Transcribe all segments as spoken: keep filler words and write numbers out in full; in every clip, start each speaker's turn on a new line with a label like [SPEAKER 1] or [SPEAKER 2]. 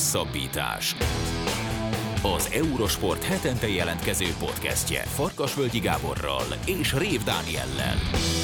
[SPEAKER 1] Hosszabbítás. Az Eurosport hetente jelentkező podcastje Farkasvölgyi Gáborral és Rév Dániellel.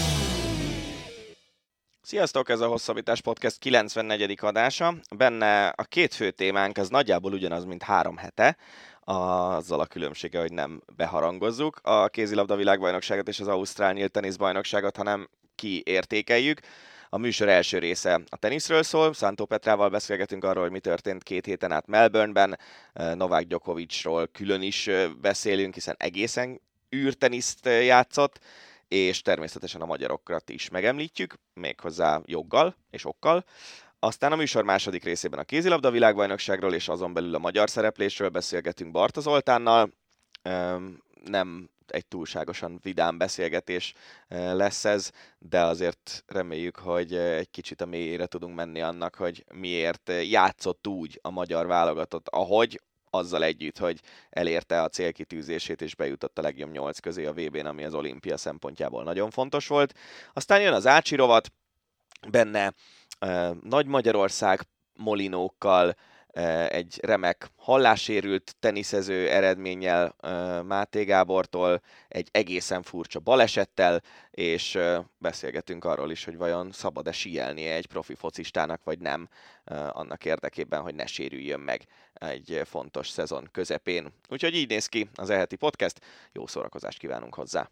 [SPEAKER 2] Sziasztok, ez a Hosszabbítás Podcast kilencvennegyedik adása. Benne a két fő témánk az nagyjából ugyanaz, mint három hete, azzal a különbsége, hogy nem beharangozzuk a kézilabda világbajnokságot és az Ausztrál Nyílt Teniszbajnokságot, hanem kiértékeljük. A műsor első része a teniszről szól, Szántó Petrával beszélgetünk arról, hogy mi történt két héten át Melbourneben, Novák Djokovicról külön is beszélünk, hiszen egészen űrteniszt játszott, és természetesen a magyarokat is megemlítjük, méghozzá joggal és okkal. Aztán a műsor második részében a kézilabda világbajnokságról és azon belül a magyar szereplésről beszélgetünk Barta Zoltánnal. Nem egy túlságosan vidám beszélgetés lesz ez, de azért reméljük, hogy egy kicsit a mélyére tudunk menni annak, hogy miért játszott úgy a magyar válogatott, ahogy, azzal együtt, hogy elérte a célkitűzését és bejutott a legjobb nyolc közé a vé bén, ami az olimpia szempontjából nagyon fontos volt. Aztán jön az Ácsi rovat, benne uh, Nagy Magyarország molinókkal, egy remek hallássérült teniszező eredménnyel Máté Gábortól, egy egészen furcsa balesettel, és beszélgetünk arról is, hogy vajon szabad-e síelnie egy profi focistának, vagy nem, annak érdekében, hogy ne sérüljön meg egy fontos szezon közepén. Úgyhogy így néz ki az e heti podcast, jó szórakozást kívánunk hozzá!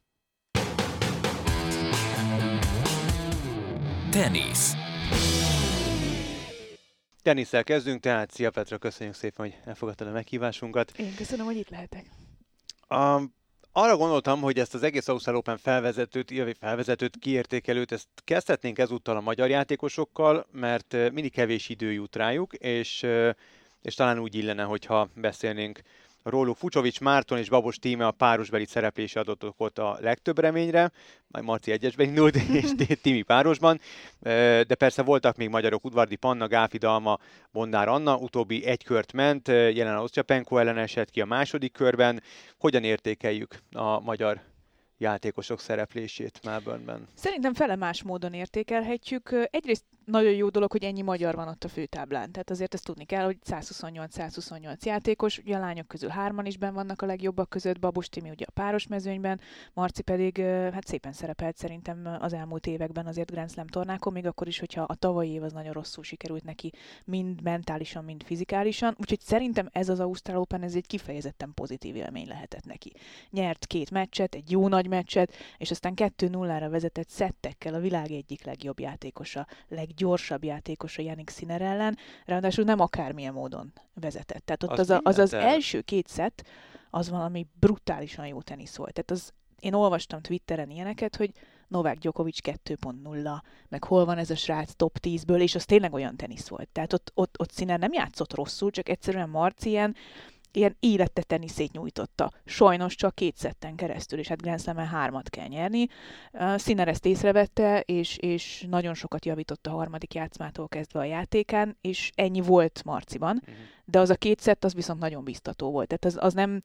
[SPEAKER 1] Tenisz.
[SPEAKER 3] Tenisszel kezdünk, tehát szia Petra, köszönjük szépen, hogy elfogadtad a meghívásunkat.
[SPEAKER 4] Én köszönöm, hogy itt lehetek.
[SPEAKER 3] Um, arra gondoltam, hogy ezt az egész Ausztrál Open felvezetőt, illetve felvezetőt, kiértékelőt, ezt kezdhetnénk ezúttal a magyar játékosokkal, mert mindig kevés idő jut rájuk, és, és talán úgy illene, hogyha beszélnénk róluk. Fucsovics Márton és Babos Tíme a párosbeli szereplése adott okot a legtöbb reményre, majd Marci egyesben indult, és Timi párosban, de persze voltak még magyarok, Udvardi Panna, Gáfi Dalma, Bondár Anna, utóbbi egy kört ment, Jelena Osztyapenko ellen esett ki a második körben. Hogyan értékeljük a magyar játékosok szereplését Melbourneben?
[SPEAKER 4] Szerintem fele más módon értékelhetjük. Egyrészt nagyon jó dolog, hogy ennyi magyar van ott a főtáblán. Tehát azért ezt tudni kell, hogy száz huszonnyolc száz huszonnyolc játékos, ugye a lányok közül hárman is benn vannak a legjobbak között, Babos Timi ugye a páros mezőnyben, Marci pedig hát szépen szerepelt szerintem az elmúlt években azért Grand Slam tornákon, még akkor is, hogyha a tavalyi év az nagyon rosszul sikerült neki, mind mentálisan, mind fizikálisan. Úgyhogy szerintem ez az Ausztrál Open, ez egy kifejezetten pozitív élmény lehetett neki. Nyert két meccset, egy jó nagy meccset, és aztán kettő nullára vezetett szettekkel a világ egyik legjobb játékosa, gyorsabb játékosa Jannik Sinner ellen, ráadásul nem akármilyen módon vezetett. Tehát ott az az, a, az, az első két szett, az valami brutálisan jó tenisz volt. Tehát az, én olvastam Twitteren ilyeneket, hogy Novák Djokovic kettő pont nulla, meg hol van ez a srác top tízből, és az tényleg olyan tenisz volt. Tehát ott, ott, ott Sinner nem játszott rosszul, csak egyszerűen Marci ilyen ilyen élete teniszét nyújtotta. Sajnos csak két szetten keresztül, és hát Grand Slamen hármat kell nyerni. Uh, Sinner ezt észrevette, és, és nagyon sokat javított a harmadik játszmától kezdve a játékán, és ennyi volt Marciban, uh-huh. De az a két szett, az viszont nagyon biztató volt. Tehát az, az, nem,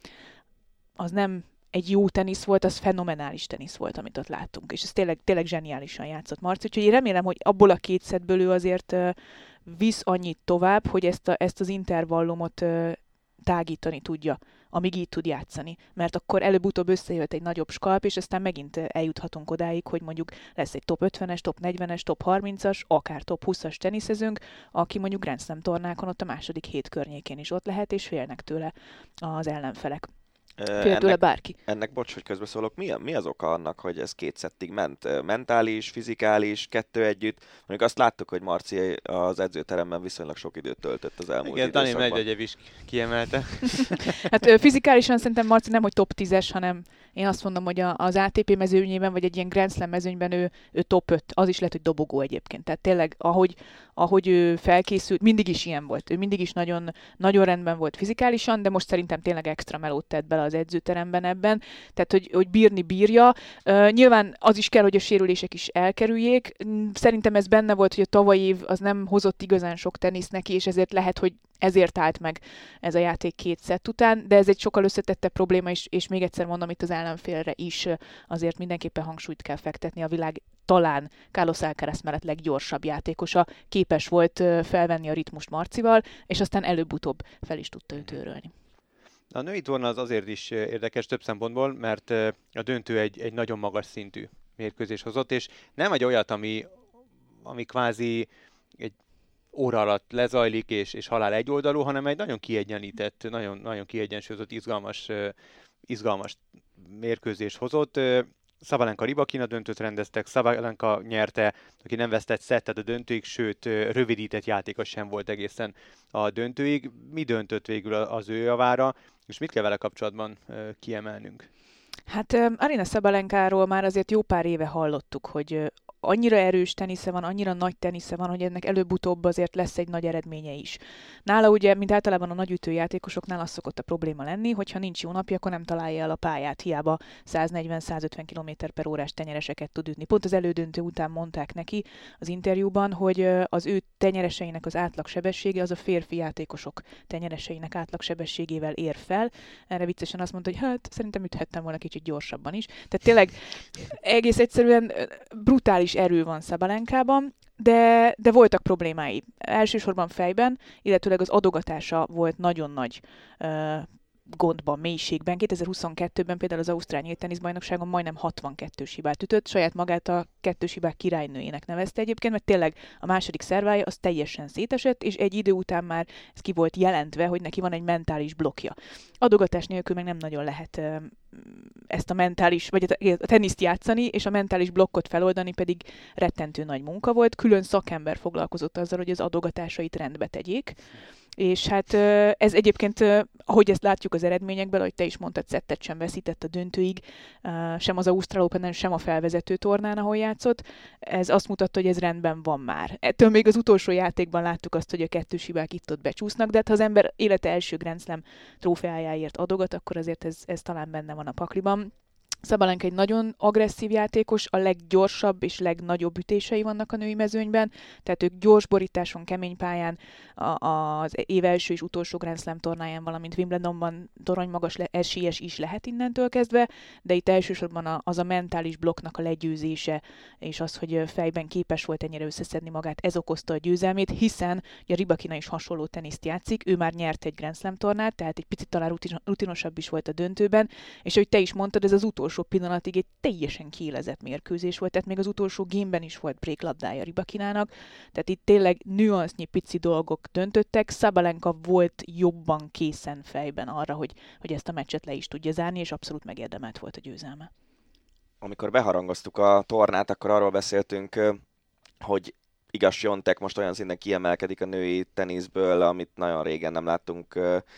[SPEAKER 4] az nem egy jó tenisz volt, az fenomenális tenisz volt, amit ott láttunk, és ez tényleg, tényleg zseniálisan játszott Marci, úgyhogy én remélem, hogy abból a két szettből ő azért uh, visz annyit tovább, hogy ezt, a, ezt az intervallumot uh, tágítani tudja, amíg így tud játszani. Mert akkor előbb-utóbb összejöhet egy nagyobb skalp, és aztán megint eljuthatunk odáig, hogy mondjuk lesz egy top ötvenes, top negyvenes, top harmincas, akár top húszas teniszezőnk, aki mondjuk Grand Slam tornákon ott a második hét környékén is ott lehet, és félnek tőle az ellenfelek. Fél tőle bárki.
[SPEAKER 2] Ennek, bocs, hogy közbeszólok, mi, mi az oka annak, hogy ez két szettig ment? Mentális, fizikális, kettő együtt? Mondjuk azt láttuk, hogy Marci az edzőteremben viszonylag sok időt töltött az elmúlt
[SPEAKER 3] Igen,
[SPEAKER 2] időszakban.
[SPEAKER 3] Dani Medvegyev is kiemelte.
[SPEAKER 4] Hát fizikálisan szerintem Marci nem, hogy top tízes, hanem én azt mondom, hogy az á té pé mezőnyében, vagy egy ilyen Grand Slam mezőnyben ő, ő top öt, az is lehet, hogy dobogó egyébként. Tehát tényleg, ahogy, ahogy ő felkészült, mindig is ilyen volt. Ő mindig is nagyon, nagyon rendben volt fizikálisan, de most szerintem tényleg extra melót tett bele vele az edzőteremben ebben, tehát hogy, hogy bírni bírja. Uh, nyilván az is kell, hogy a sérülések is elkerüljék. Szerintem ez benne volt, hogy a tavalyi év az nem hozott igazán sok tenisz neki, és ezért lehet, hogy ezért állt meg ez a játék két szett után, de ez egy sokkal összetettebb probléma, és, és még egyszer mondom, itt az ellenfélre is azért mindenképpen hangsúlyt kell fektetni. A világ talán Carlos Alcaraz mellett leggyorsabb játékosa képes volt felvenni a ritmust Marcival, és aztán előbb-utóbb fel is tudta őt őrölni.
[SPEAKER 3] A női torna az azért is érdekes több szempontból, mert a döntő egy, egy nagyon magas szintű mérkőzés hozott, és nem egy olyat, ami, ami kvázi egy óra alatt lezajlik, és, és halál egyoldalú, hanem egy nagyon kiegyenlített, nagyon, nagyon kiegyensúlyozott, izgalmas, izgalmas mérkőzés hozott. Sabalenka Rybakina döntőt rendeztek, Sabalenka nyerte, aki nem vesztett szettet a döntőig, sőt rövidített játéka sem volt egészen a döntőig. Mi döntött végül az ő javára, és mit kell vele kapcsolatban kiemelnünk?
[SPEAKER 4] Hát Aryna Sabalenkáról már azért jó pár éve hallottuk, hogy annyira erős tenisze van, annyira nagy tenisze van, hogy ennek előbb-utóbb azért lesz egy nagy eredménye is. Nála ugye, mint általában a nagyütő játékosoknál az szokott a probléma lenni, hogyha nincs jó napja, akkor nem találja el a pályát, hiába száznegyven-százötven kilométer per órás tenyereseket tud ütni. Pont az elődöntő után mondták neki az interjúban, hogy az ő tenyereseinek az átlagsebessége az a férfi játékosok tenyereseinek átlagsebességével ér fel. Erre viccesen azt mondta, hogy hát szerintem üthettem volna kicsit gyorsabban is. Tehát tényleg egész egyszerűen brutális erő van Sabalenkában, de, de voltak problémái. Elsősorban fejben, illetőleg az adogatása volt nagyon nagy uh, gondban, mélységben. kétezer-huszonkettőben például az Ausztrál Nyílt Teniszbajnokságon majdnem hatvankettős hibát ütött, saját magát a kettős hibák királynőjének nevezte egyébként, mert tényleg a második szervája az teljesen szétesett, és egy idő után már ez ki volt jelentve, hogy neki van egy mentális blokkja. Adogatás nélkül meg nem nagyon lehet uh, ezt a mentális, vagy a teniszt játszani, és a mentális blokkot feloldani pedig rettentő nagy munka volt. Külön szakember foglalkozott azzal, hogy az adogatásait rendbe tegyék. És hát ez egyébként, ahogy ezt látjuk az eredményekből, ahogy te is mondtad, szettet sem veszített a döntőig, sem az Ausztrál Openen, sem a felvezető tornán, ahol játszott. Ez azt mutatta, hogy ez rendben van már. Ettől még az utolsó játékban láttuk azt, hogy a kettős hibák itt-ott becsúsznak, de hát ha az ember élete első Grand Slam trófeájáért adogat, akkor azért ez, ez talán benne van a pakliban. Sabalenka egy nagyon agresszív játékos, a leggyorsabb és legnagyobb ütései vannak a női mezőnyben, tehát ők gyors borításon, kemény pályán, a, az év első és utolsó Grand Slam tornáján, valamint Wimbledonban toronymagas le, esélyes is lehet innentől kezdve, de itt elsősorban a, az a mentális blokknak a legyőzése, és az, hogy fejben képes volt ennyire összeszedni magát, ez okozta a győzelmét, hiszen a Rybakina is hasonló teniszt játszik, ő már nyert egy Grand Slam tornát, tehát egy picit talán rutinosabb is volt a döntőben, és hogy te is mondtad, ez az utolsó pillanatig egy teljesen kiélezett mérkőzés volt, tehát még az utolsó gémben is volt break labdája Rybakinának, tehát itt tényleg nüansznyi pici dolgok döntöttek, Sabalenka volt jobban készen fejben arra, hogy, hogy ezt a meccset le is tudja zárni, és abszolút megérdemelt volt a győzelme.
[SPEAKER 2] Amikor beharangoztuk a tornát, akkor arról beszéltünk, hogy igaz, Świątek most olyan szinten kiemelkedik a női teniszből, amit nagyon régen nem láttunk.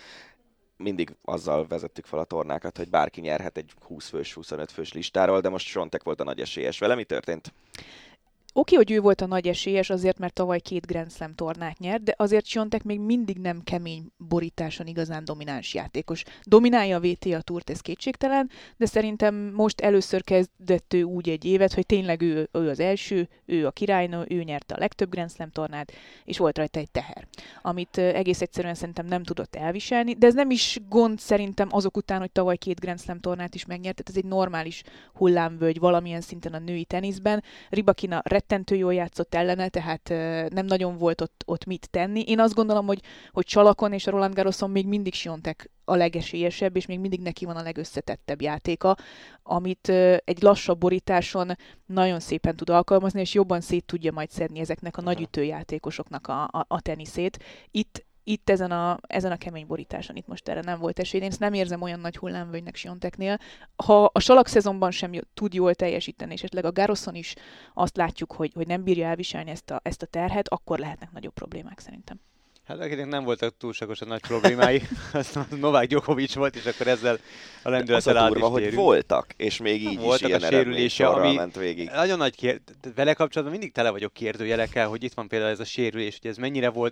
[SPEAKER 2] Mindig azzal vezettük fel a tornákat, hogy bárki nyerhet egy húsz fős, huszonöt fős listáról, de most Świątek volt a nagy esélyes. Vele mi történt?
[SPEAKER 4] Oké, hogy ő volt a nagy esélyes azért, mert tavaly két Grand Slam tornát nyert, de azért Świątek még mindig nem kemény borításon igazán domináns játékos. Dominálja a vé té á Tourt, ez kétségtelen, de szerintem most először kezdett ő úgy egy évet, hogy tényleg ő, ő az első, ő a királynő, ő nyerte a legtöbb Grand Slam tornát, és volt rajta egy teher, amit egész egyszerűen szerintem nem tudott elviselni, de ez nem is gond szerintem azok után, hogy tavaly két Grand Slam tornát is megnyert, tehát ez egy normális hullámvölgy valamilyen szinten a női teniszben. Rybakina rettentő jól játszott ellene, tehát nem nagyon volt ott, ott mit tenni. Én azt gondolom, hogy, hogy Csalakon és a Roland Garroson még mindig Świątek a legesélyesebb, és még mindig neki van a legösszetettebb játéka, amit egy lassabb borításon nagyon szépen tud alkalmazni, és jobban szét tudja majd szedni ezeknek a nagyütő játékosoknak a, a, a teniszét. Itt Itt ezen a, ezen a kemény borításon itt most erre nem volt esély. Én ezt nem érzem olyan nagy hullámvölgynek Świąteknél. Ha a salak szezonban sem tud jól teljesíteni, és esetleg a Garroson is azt látjuk, hogy, hogy nem bírja elviselni ezt a, ezt a terhet, akkor lehetnek nagyobb problémák szerintem.
[SPEAKER 3] Hát akinek nem voltak túlságosan nagy problémái, az Novák Djokovic volt, és akkor ezzel a lendülettel át is térünk.
[SPEAKER 2] hogy voltak, és még így
[SPEAKER 3] voltak
[SPEAKER 2] is ilyen
[SPEAKER 3] sérülése, ami
[SPEAKER 2] ment végig.
[SPEAKER 3] Nagyon nagy kér... vele kapcsolatban mindig tele vagyok kérdőjelekkel, hogy itt van például ez a sérülés, hogy ez mennyire volt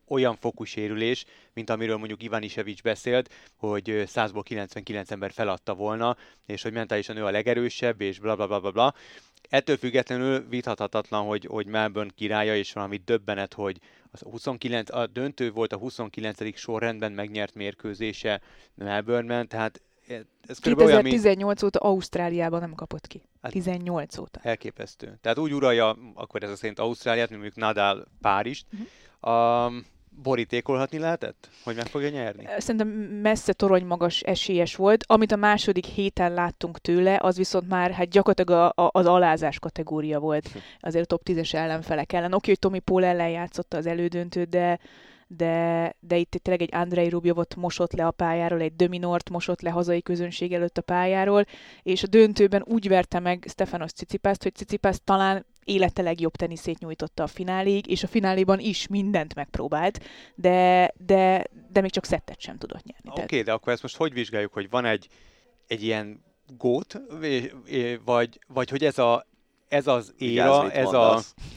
[SPEAKER 3] olyan fokú sérülés, mint amiről mondjuk Ivanisevic beszélt, hogy százból kilencvenkilenc ember feladta volna, és hogy mentálisan ő a legerősebb, és bla bla bla bla bla. Ettől függetlenül vitathatatlan, hogy, hogy Melbourne királya, és valami döbbenet, hogy az huszonkilenc, a döntő volt a huszonkilencedik sorrendben megnyert mérkőzése Melbourne-ben, tehát ez
[SPEAKER 4] kétezer-tizennyolc olyan, óta Ausztráliában nem kapott ki. Hát tizennyolc óta.
[SPEAKER 3] Elképesztő. Tehát úgy uralja akkor ez a szerint Ausztráliát, mint mondjuk Nadal Párizst. Uh-huh. Um, borítékolhatni lehetett, hogy meg fogja nyerni?
[SPEAKER 4] Szerintem messze torony magas esélyes volt. Amit a második héten láttunk tőle, az viszont már hát gyakorlatilag a, a, az alázás kategória volt azért a top tízes ellenfelek ellen. Oké, hogy Tommy Paul ellen játszotta az elődöntőt, de De, de itt tényleg egy Andrei Rubyovot mosott le a pályáról, egy Dominort mosott le hazai közönség előtt a pályáról, és a döntőben úgy verte meg Stefanos Tsitsipast, hogy Tsitsipas talán élete legjobb teniszét nyújtotta a fináléig, és a fináléban is mindent megpróbált, de, de, de még csak szettet sem tudott nyerni.
[SPEAKER 3] Oké, okay, de akkor ezt most hogy vizsgáljuk, hogy van egy, egy ilyen gót, vagy, vagy hogy ez a ez az éra, ez a...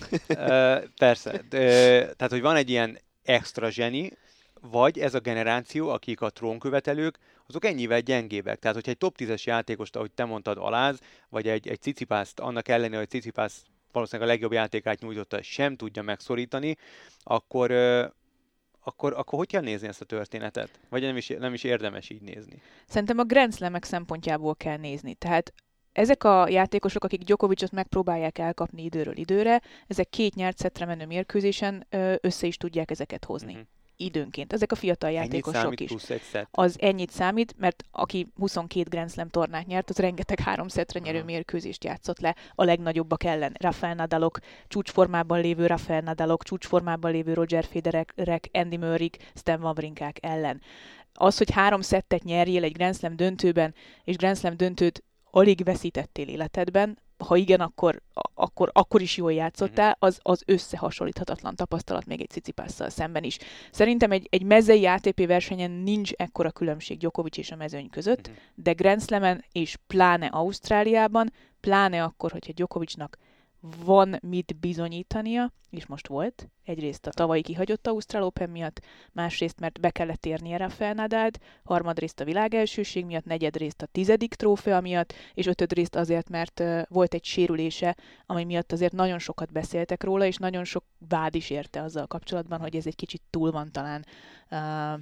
[SPEAKER 3] persze, de, tehát hogy van egy ilyen extra zseni, vagy ez a generáció, akik a trónkövetelők, azok ennyivel gyengébbek. Tehát, hogyha egy top tízes játékost, ahogy te mondtad, aláz, vagy egy, egy Tsitsipast, annak ellenére, hogy Tsitsipas valószínűleg a legjobb játékát nyújtotta, sem tudja megszorítani, akkor, euh, akkor, akkor hogy kell nézni ezt a történetet? Vagy nem is, nem is érdemes így nézni?
[SPEAKER 4] Szerintem a Grand Slamek szempontjából kell nézni. Tehát ezek a játékosok, akik Djokovicot megpróbálják elkapni időről időre, ezek két nyert szettre menő mérkőzésen össze is tudják ezeket hozni. Uh-huh. Időnként. Ezek a fiatal
[SPEAKER 3] ennyit
[SPEAKER 4] játékosok is.
[SPEAKER 3] Plusz egy szett.
[SPEAKER 4] Az ennyit számít, mert aki huszonkét Grand Slam tornát nyert, az rengeteg három szettre nyerő uh-huh. mérkőzést játszott le a legnagyobbak ellen. Rafael Nadalok, csúcsformában lévő Rafael Nadalok, csúcsformában lévő Roger Federerek, Andy Murrayk, Stan Wawrinkák ellen. Az, hogy három szettet nyerjél egy Grand Slam döntőben, és Grand Slam döntőt alig veszítettél életedben, ha igen, akkor, akkor, akkor is jól játszottál, az, az összehasonlíthatatlan tapasztalat még egy Tsitsipasszal szemben is. Szerintem egy, egy mezei á té pé versenyen nincs ekkora különbség Djokovic és a mezőny között, uh-huh. de Grand Slamen és pláne Ausztráliában, pláne akkor, hogyha Djokovicnak van mit bizonyítania, és most volt. Egyrészt a tavalyi kihagyott Ausztrál Open miatt, másrészt, mert be kellett érnie Rafael Nadált, harmadrészt a világelsőség miatt, negyedrészt a tizedik trófea miatt, és ötödrészt azért, mert uh, volt egy sérülése, ami miatt azért nagyon sokat beszéltek róla, és nagyon sok vád is érte azzal kapcsolatban, hogy ez egy kicsit túl van talán uh,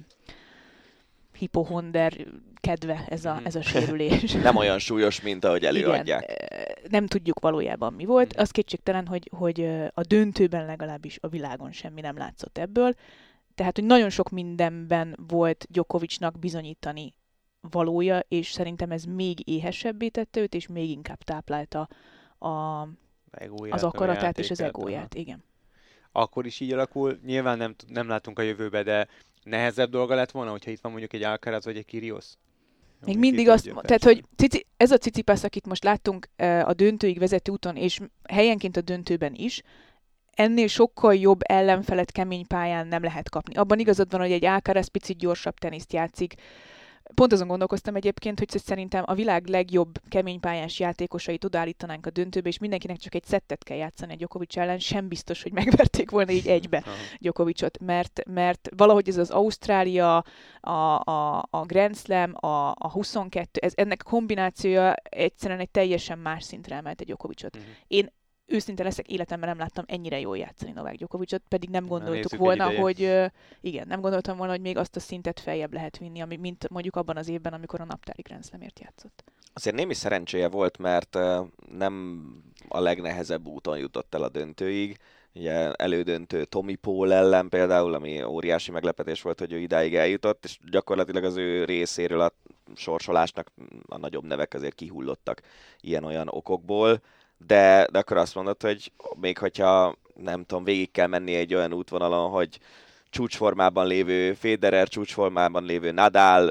[SPEAKER 4] hipohonder kedve ez a, ez a sérülés.
[SPEAKER 2] Nem olyan súlyos, mint ahogy előadják.
[SPEAKER 4] Igen, nem tudjuk valójában mi volt. Az kétségtelen, hogy, hogy a döntőben legalábbis a világon semmi nem látszott ebből. Tehát, hogy nagyon sok mindenben volt Djokovicnak bizonyítani valója, és szerintem ez még éhesebbé tette őt, és még inkább táplálta a, az akaratát és az egóját. Igen.
[SPEAKER 3] Akkor is így alakul. Nyilván nem, nem látunk a jövőbe, de nehezebb dolga lett volna, hogyha itt van mondjuk egy Alcaraz vagy egy Kyrgios?
[SPEAKER 4] Még mindig azt, tehát hogy cici, ez a Tsitsipas, akit most láttunk a döntőig vezető úton, és helyenként a döntőben is, ennél sokkal jobb ellenfelet kemény pályán nem lehet kapni. Abban igazad van, hogy egy Alcaraz picit gyorsabb teniszt játszik. Pont azon gondolkoztam egyébként, hogy szerintem a világ legjobb keménypályás játékosait odaállítanánk a döntőbe, és mindenkinek csak egy szettet kell játszani a Djokovic ellen, sem biztos, hogy megverték volna így egybe Djokovicot, mert, mert valahogy ez az Ausztrália, a, a, a Grand Slam, a, a huszonkettő, ez, ennek a kombinációja egyszerűen egy teljesen más szintre emelte Djokovicot. Uh-huh. Én őszinte leszek, életemben nem láttam ennyire jól játszani Novák Djokovicot, pedig nem gondoltuk Na, volna, hogy uh, igen, nem gondoltam volna, hogy még azt a szintet feljebb lehet vinni, ami, mint mondjuk abban az évben, amikor a naptári Grand Slamért játszott.
[SPEAKER 2] Azért némi szerencséje volt, mert uh, nem a legnehezebb úton jutott el a döntőig. Ugye elődöntő Tommy Paul ellen például, ami óriási meglepetés volt, hogy ő idáig eljutott, és gyakorlatilag az ő részéről a sorsolásnak a nagyobb nevek azért kihullottak ilyen-olyan okokból. De, de akkor azt mondod, hogy még hogyha nem tudom, végig kell menni egy olyan útvonalon, hogy csúcsformában lévő Federer, csúcsformában lévő Nadal,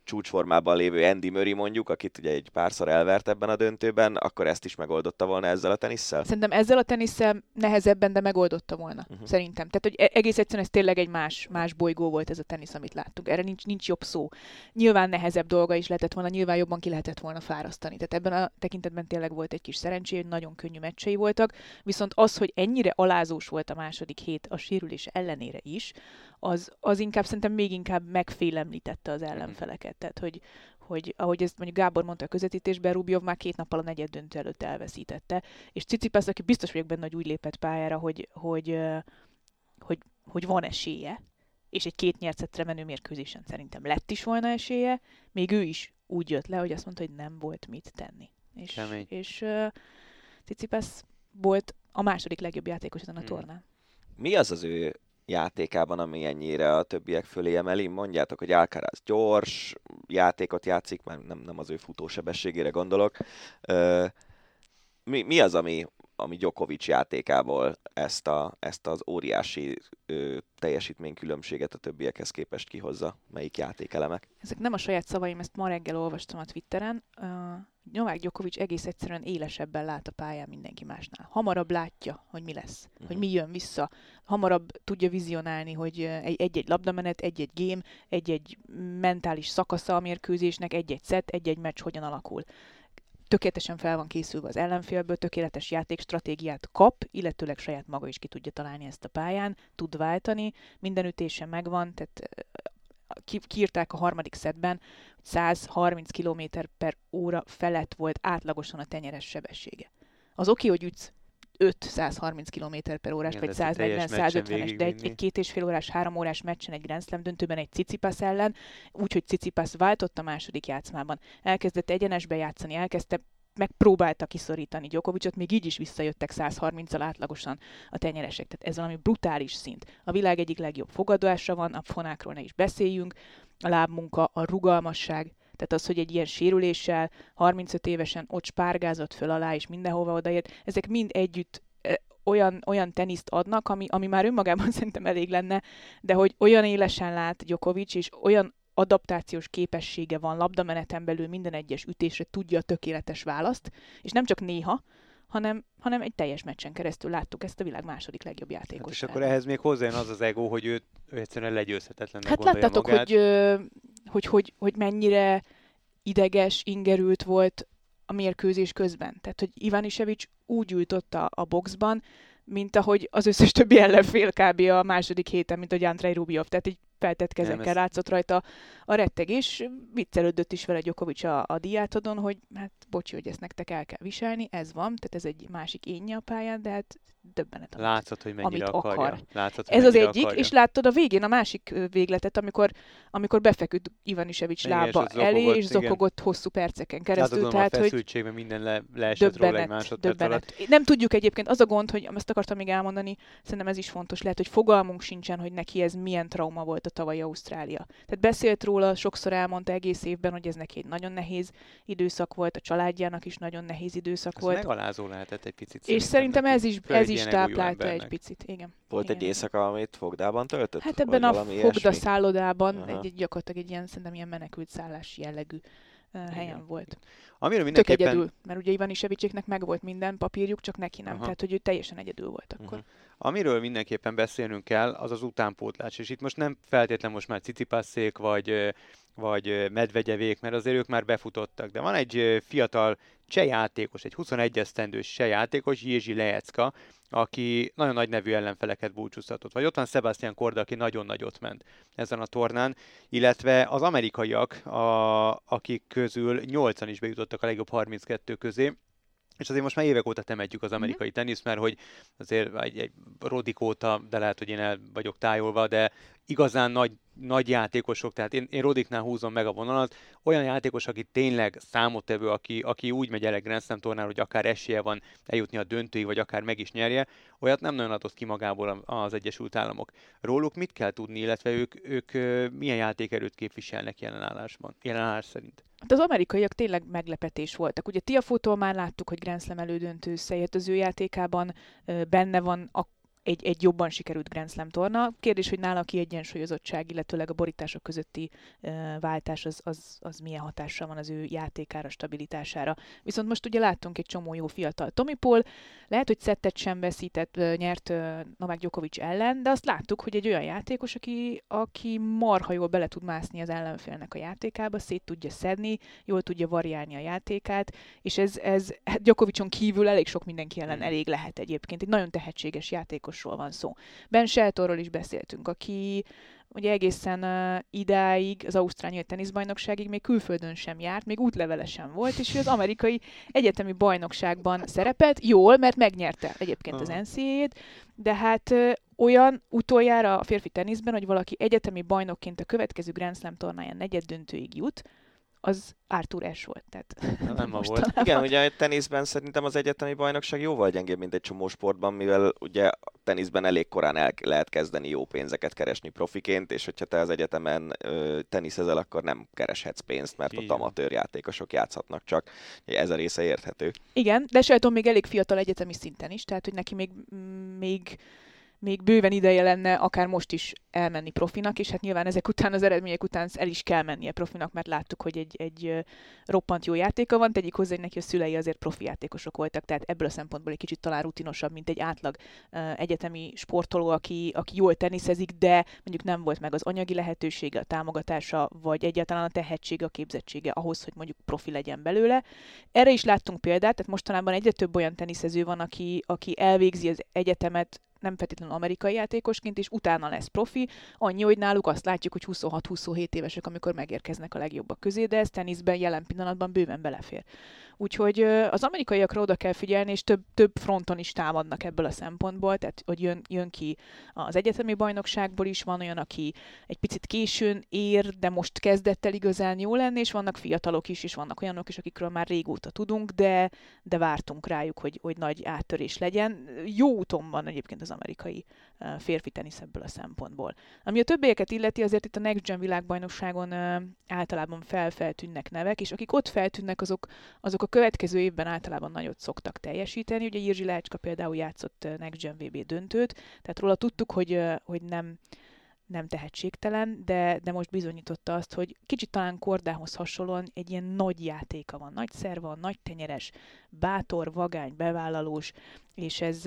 [SPEAKER 2] csúcsformában lévő Andy Murray mondjuk, akit ugye egy párszor elvert ebben a döntőben, akkor ezt is megoldotta volna ezzel a tenisszel?
[SPEAKER 4] Szerintem ezzel a tenisszel nehezebben, de megoldotta volna. Uh-huh. Szerintem. Tehát, hogy e- egész egyszerűen ez tényleg egy más, más bolygó volt ez a tenisz, amit láttunk. Erre nincs, nincs jobb szó. Nyilván nehezebb dolga is lehetett volna, nyilván jobban ki lehetett volna fárasztani. Tehát ebben a tekintetben tényleg volt egy kis szerencsé, hogy nagyon könnyű meccsei voltak, viszont az, hogy ennyire alázós volt a második hét a sérülés ellenére is, az, az inkább szerintem még inkább megfélemlítette az ellenfeleket. Tehát, hogy, hogy ahogy ezt mondjuk Gábor mondta a közvetítésben, Rublev már két nappal a negyed döntő előtt elveszítette. És Tsitsipas, aki biztos vagyok benne, hogy úgy lépett pályára, hogy, hogy, hogy, hogy van esélye, és egy két nyert szettre menő mérkőzésen szerintem lett is volna esélye, még ő is úgy jött le, hogy azt mondta, hogy nem volt mit tenni. És, és uh, Tsitsipas volt a második legjobb játékos ezen a hmm. tornán.
[SPEAKER 2] Mi az az ő játékában, ami ennyire a többiek fölé emeli? Mondjátok, hogy Alcaraz gyors játékot játszik, már nem, nem az ő futósebességére gondolok. Uh, mi, mi az, ami, ami Djokovic játékából ezt, a, ezt az óriási ö, teljesítménykülönbséget a többiekhez képest kihozza? Melyik játékelemek?
[SPEAKER 4] Ezek nem a saját szavaim, ezt ma reggel olvastam a Twitteren. Uh, Novák Djokovic egész egyszerűen élesebben lát a pályán mindenki másnál. Hamarabb látja, hogy mi lesz, uh-huh. hogy mi jön vissza. Hamarabb tudja vizionálni, hogy egy-egy labdamenet, egy-egy game, egy-egy mentális szakasza a mérkőzésnek, egy-egy szett, egy-egy meccs hogyan alakul. Tökéletesen fel van készülve az ellenfélből, tökéletes játékstratégiát kap, illetőleg saját maga is ki tudja találni ezt a pályán, tud váltani, minden ütése megvan, tehát ki, kiírták a harmadik szettben, hogy száz harminc kilométer per óra felett volt átlagosan a tenyeres sebessége. Az oké, hogy ütsz öt száz harminc kilométer per órás, igen, vagy száz negyven száz ötvenes, de egy, egy két és fél órás, három órás meccsen, egy Grand Slam döntőben egy Tsitsipas ellen, úgyhogy Tsitsipas váltott a második játszmában. Elkezdett egyenesbe játszani, elkezdte, megpróbálta kiszorítani Djokovicot, még így is visszajöttek száz harminccal átlagosan a tenyeresek. Tehát ez valami brutális szint. A világ egyik legjobb fogadása van, a fonákról ne is beszéljünk, a lábmunka, a rugalmasság, tehát az, hogy egy ilyen sérüléssel harmincöt évesen ott spárgázott föl alá, és mindenhova odaért, ezek mind együtt olyan, olyan teniszt adnak, ami, ami már önmagában szerintem elég lenne, de hogy olyan élesen lát Djokovic, és olyan adaptációs képessége van labdameneten belül minden egyes ütésre, tudja a tökéletes választ, és nem csak néha, hanem, hanem egy teljes meccsen keresztül láttuk ezt a világ második legjobb játékos. Hát
[SPEAKER 3] és akkor ehhez még hozzájön az az ego, hogy ő, ő egyszerűen legyőzhetetlennek
[SPEAKER 4] hát
[SPEAKER 3] gondolja
[SPEAKER 4] láttátok,
[SPEAKER 3] magát.
[SPEAKER 4] hogy, hogy, hogy, hogy mennyire ideges, ingerült volt a mérkőzés közben. Tehát, hogy Ivanisevic úgy ült ott a, a boxban, mint ahogy az összes többi ellenfél kb. A második héten, mint hogy Andrei Rublev. Tehát így feltett kezekkel nem, látszott rajta a rettegés. Viccelődött is vele Djokovic a, a diátodon, hogy hát bocsi, hogy ezt nektek el kell viselni, ez van, tehát ez egy másik énje a pályán, de hát döbbenet, amit,
[SPEAKER 3] látszott, hogy mennyire
[SPEAKER 4] amit
[SPEAKER 3] akarja.
[SPEAKER 4] akar.
[SPEAKER 3] Látszott, hogy
[SPEAKER 4] ez az egyik,
[SPEAKER 3] akarja.
[SPEAKER 4] És láttad a végén a másik végletet, amikor, amikor befeküdt Ivanisevic lába és elé, és zokogott igen. hosszú perceken keresztül.
[SPEAKER 3] Látod,
[SPEAKER 4] tehát,
[SPEAKER 3] a feszültségben minden le, leesett
[SPEAKER 4] döbbenet,
[SPEAKER 3] róla egy másodperc alatt.
[SPEAKER 4] Nem tudjuk egyébként, az a gond, hogy ezt akartam még elmondani, szerintem ez is fontos, lehet, hogy fogalmunk sincsen, hogy neki ez milyen trauma volt a tavalyi Ausztrália. Tehát beszélt róla, sokszor elmondta egész évben, hogy ez neki egy nagyon nehéz időszak volt, a családjának is nagyon nehéz időszak ez volt.
[SPEAKER 3] Ez megalázó lehetett egy picit.
[SPEAKER 4] És szerintem ez is, ez is táplálta egy picit. Igen.
[SPEAKER 2] Volt
[SPEAKER 4] igen.
[SPEAKER 2] egy éjszaka, amit fogdában töltött?
[SPEAKER 4] Hát ebben a fogda szállodában
[SPEAKER 2] Aha.
[SPEAKER 4] egy, gyakorlatilag egy ilyen, szerintem ilyen menekült szállás jellegű uh, helyen igen. volt.
[SPEAKER 3] Amiről mindenképpen...
[SPEAKER 4] Tök egyedül, mert ugye Ivanisevicséknek meg volt minden papírjuk, csak neki nem. Aha. Tehát, hogy ő teljesen egyedül volt akkor. Uh-huh.
[SPEAKER 3] Amiről mindenképpen beszélnünk kell, az az utánpótlás. És itt most nem feltétlen most már Tsitsipasszék, vagy, vagy Medvegyevék, mert azért ők már befutottak. De van egy fiatal cseh játékos, egy huszonegy esztendős cseh játékos, Jerzy Lejecka, aki nagyon nagy nevű ellenfeleket búcsúztatott. Vagy ott van Sebastian Korda, aki nagyon nagyot ment ezen a tornán, illetve az amerikaiak, a, akik közül nyolcan is bejutottak a legjobb harminckettő közé, és azért most már évek óta temetjük az amerikai mm-hmm. tenisz, mert hogy azért egy, egy Rodik óta, de lehet, hogy én el vagyok tájolva, de igazán nagy, nagy játékosok, tehát én, én Rodiknál húzom meg a vonalat, olyan játékos, aki tényleg számottevő, aki, aki úgy megy el egy Grand Slam tornára, hogy akár esélye van eljutni a döntőig, vagy akár meg is nyerje, olyat nem nagyon adott ki magából az Egyesült Államok. Róluk mit kell tudni, illetve ők, ők milyen játékerőt képviselnek jelenállásban, jelenállás szerint?
[SPEAKER 4] Hát az amerikaiak tényleg meglepetés voltak. Ugye Tiafótól már láttuk, hogy Grand Slam elődöntő összejött az ő játékában, benne van a egy, egy jobban sikerült Grand Slam torna. Kérdés, hogy nála a kiegyensúlyozottság, illetőleg a borítások közötti uh, váltás az, az, az milyen hatással van az ő játékára, stabilitására. Viszont most ugye láttunk egy csomó jó fiatal Tommy Paul, lehet, hogy szettet sem veszített, uh, nyert uh, Novák Djokovic ellen, de azt láttuk, hogy egy olyan játékos, aki, aki marha jól bele tud mászni az ellenfélnek a játékába, szét tudja szedni, jól tudja variálni a játékát, és ez, ez hát Djokovicon kívül elég sok mindenki ellen elég lehet egyébként. Egy nagyon tehetséges játékosról van szó. Ben Sheltonról is beszéltünk, aki ugye egészen uh, idáig, az ausztrál nyílt teniszbajnokságig még külföldön sem járt, még útlevele sem volt, és ő az amerikai egyetemi bajnokságban szerepelt, jól, mert megnyerte egyébként az en cé á á-t, de hát uh, olyan utoljára a férfi teniszben, hogy valaki egyetemi bajnokként a következő Grand Slam tornáján negyeddöntőig jut, az Arthur Ashe volt. Tehát
[SPEAKER 3] nem ma volt.
[SPEAKER 2] Igen, ugye a teniszben szerintem az egyetemi bajnokság jóval gyengébb, mint egy csomó sportban, mivel ugye a teniszben elég korán el lehet kezdeni jó pénzeket keresni profiként, és hogyha te az egyetemen ö, teniszezel, akkor nem kereshetsz pénzt, mert ott amatőr játékosok játszhatnak csak. Ez a része érthető.
[SPEAKER 4] Igen, de Shelton még elég fiatal egyetemi szinten is, tehát hogy neki még, még még bőven ideje lenne akár most is elmenni profinak, és hát nyilván ezek után, az eredmények után el is kell mennie profinak, mert láttuk, hogy egy, egy roppant jó játéka van, tegyük hozzá, hogy neki a szülei azért profi játékosok voltak, tehát ebből a szempontból egy kicsit talán rutinosabb, mint egy átlag uh, egyetemi sportoló, aki, aki jól teniszezik, de mondjuk nem volt meg az anyagi lehetősége, a támogatása, vagy egyáltalán a tehetsége, a képzettsége ahhoz, hogy mondjuk profi legyen belőle. Erre is láttunk példát, tehát mostanában egyre több olyan teniszező van, aki, aki elvégzi az egyetemet, nem feltétlenül amerikai játékosként, és utána lesz profi. Annyi, hogy náluk azt látjuk, hogy huszonhat-huszonhét évesek, amikor megérkeznek a legjobbak közé, de ez teniszben jelen pillanatban bőven belefér. Úgyhogy az amerikaiakra oda kell figyelni, és több, több fronton is támadnak ebből a szempontból, tehát hogy jön, jön ki az egyetemi bajnokságból is, van olyan, aki egy picit későn ér, de most kezdett el igazán jó lenni, és vannak fiatalok is, és vannak olyanok is, akikről már régóta tudunk, de, de vártunk rájuk, hogy, hogy nagy áttörés legyen. Jó úton van egyébként az amerikai férfi tenisz ebből a szempontból. Ami a többieket illeti, azért itt a Next Gen világbajnokságon általában felfeltűnnek nevek, és akik ott feltűnnek, azok, azok a következő évben általában nagyot szoktak teljesíteni. Ugye Jiří Láčka például játszott Next Gen vé bé döntőt, tehát róla tudtuk, hogy, hogy nem, nem tehetségtelen, de, de most bizonyította azt, hogy kicsit talán Kordához hasonlóan egy ilyen nagy játéka van, nagy szerv van, nagy tenyeres, bátor, vagány, bevállalós, és ez,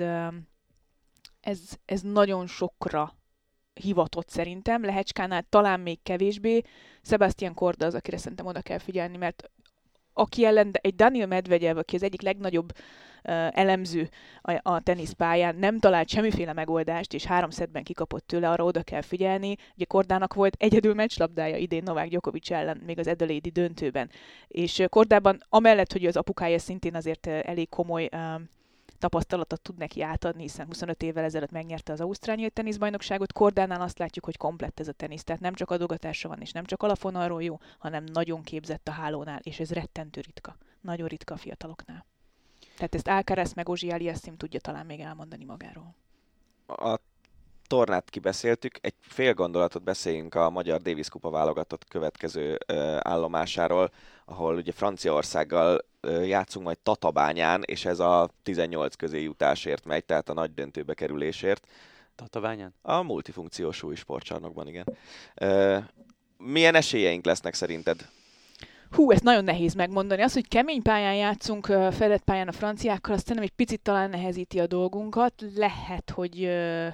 [SPEAKER 4] ez, ez nagyon sokra hivatott szerintem, Lehecskánál talán még kevésbé. Sebastian Korda az, akire szerintem oda kell figyelni, mert aki ellen egy Daniil Medvegyev, aki az egyik legnagyobb uh, elemző a, a teniszpályán, nem talált semmiféle megoldást, és három szettben kikapott tőle, arra oda kell figyelni. Ugye Kordának volt egyedül meccslabdája idén Novák Djokovic ellen, még az Adelaide-i döntőben. És Kordában, amellett, hogy az apukája szintén azért uh, elég komoly uh, tapasztalatot tud neki átadni, hiszen huszonöt évvel ezelőtt megnyerte az ausztrál nyílt teniszbajnokságot. Kordánál azt látjuk, hogy komplett ez a tenisz, tehát nem csak adogatása van, és nem csak alafonalról jó, hanem nagyon képzett a hálónál, és ez rettentő ritka. Nagyon ritka a fiataloknál. Tehát ezt Alcaraz meg Ozsi Aliasszim tudja talán még elmondani magáról.
[SPEAKER 2] A tornát kibeszéltük, egy fél gondolatot beszéljünk a Magyar Davis Kupa válogatott következő uh, állomásáról, ahol ugye Franciaországgal uh, játszunk majd Tatabányán, és ez a tizennyolc közé jutásért megy, tehát a nagy döntőbe kerülésért.
[SPEAKER 3] Tatabányán?
[SPEAKER 2] A multifunkciós új sportcsarnokban, igen. Uh, milyen esélyeink lesznek szerinted?
[SPEAKER 4] Hú, ezt nagyon nehéz megmondani. Az, hogy kemény pályán játszunk, fedett pályán a franciákkal, azt nem egy picit talán nehezíti a dolgunkat. Lehet, hogy uh,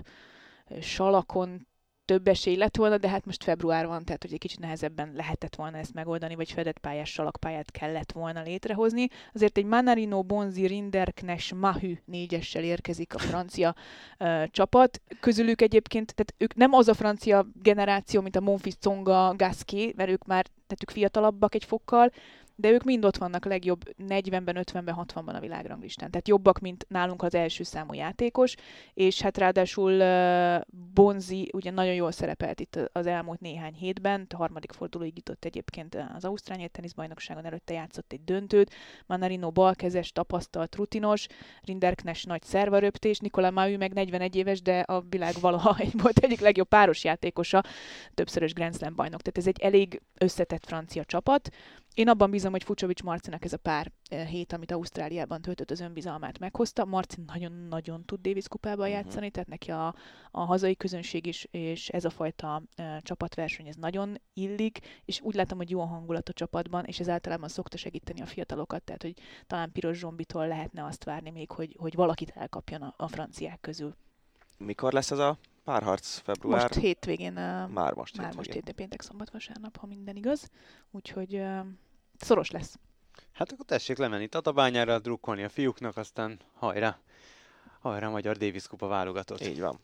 [SPEAKER 4] salakon több esély lett volna, de hát most február van, tehát hogy egy kicsit nehezebben lehetett volna ezt megoldani, vagy fedett pályás salakpályát kellett volna létrehozni. Azért egy Mannarino, Bonzi, Rinderknecht, Mahü négyessel érkezik a francia uh, csapat. Közülük egyébként, tehát ők nem az a francia generáció, mint a Monfils, Tsonga, Gasquet, mert ők már, tehát ők fiatalabbak egy fokkal, de ők mind ott vannak a legjobb negyvenben, ötvenben, hatvanban a világranglistán. Tehát jobbak, mint nálunk az első számú játékos, és hát ráadásul uh, Bonzi ugye nagyon jól szerepelt itt az elmúlt néhány hétben, a harmadik fordulóig jutott egyébként az ausztrál nyílt teniszbajnokságon, előtte játszott egy döntőt, Mannarino balkezes, tapasztalt, rutinos, Rinderknecht nagy szervaröptés, Nicolas Mahü meg negyvenegy éves, de a világ valaha volt egyik legjobb páros játékosa, többszörös Grand Slam bajnok. Tehát ez egy elég összetett francia csapat, Én abban bízom, hogy Fucsovics Marcinak ez a pár hét, amit Ausztráliában töltött, az önbizalmát meghozta. Marci nagyon-nagyon tud Davis kupában uh-huh. játszani, tehát neki a, a hazai közönség is, és ez a fajta uh, csapatverseny, ez nagyon illik, és úgy látom, hogy jó a hangulat a csapatban, és ez általában szokta segíteni a fiatalokat, tehát hogy talán Piros Zsombitól lehetne azt várni még, hogy, hogy valakit elkapjon a, a franciák közül.
[SPEAKER 2] Mikor lesz ez a párharc? Február?
[SPEAKER 4] Most hétvégén. Uh,
[SPEAKER 2] már most
[SPEAKER 4] már
[SPEAKER 2] hétvégén.
[SPEAKER 4] most hétvégén, péntek, szombat, vasárnap, ha minden igaz. Úgyhogy uh, szoros lesz.
[SPEAKER 3] Hát akkor tessék lemenni Tatabányára, drukkolni a fiúknak, aztán hajrá, hajrá Magyar Davis kupa válogatott.
[SPEAKER 2] Így van.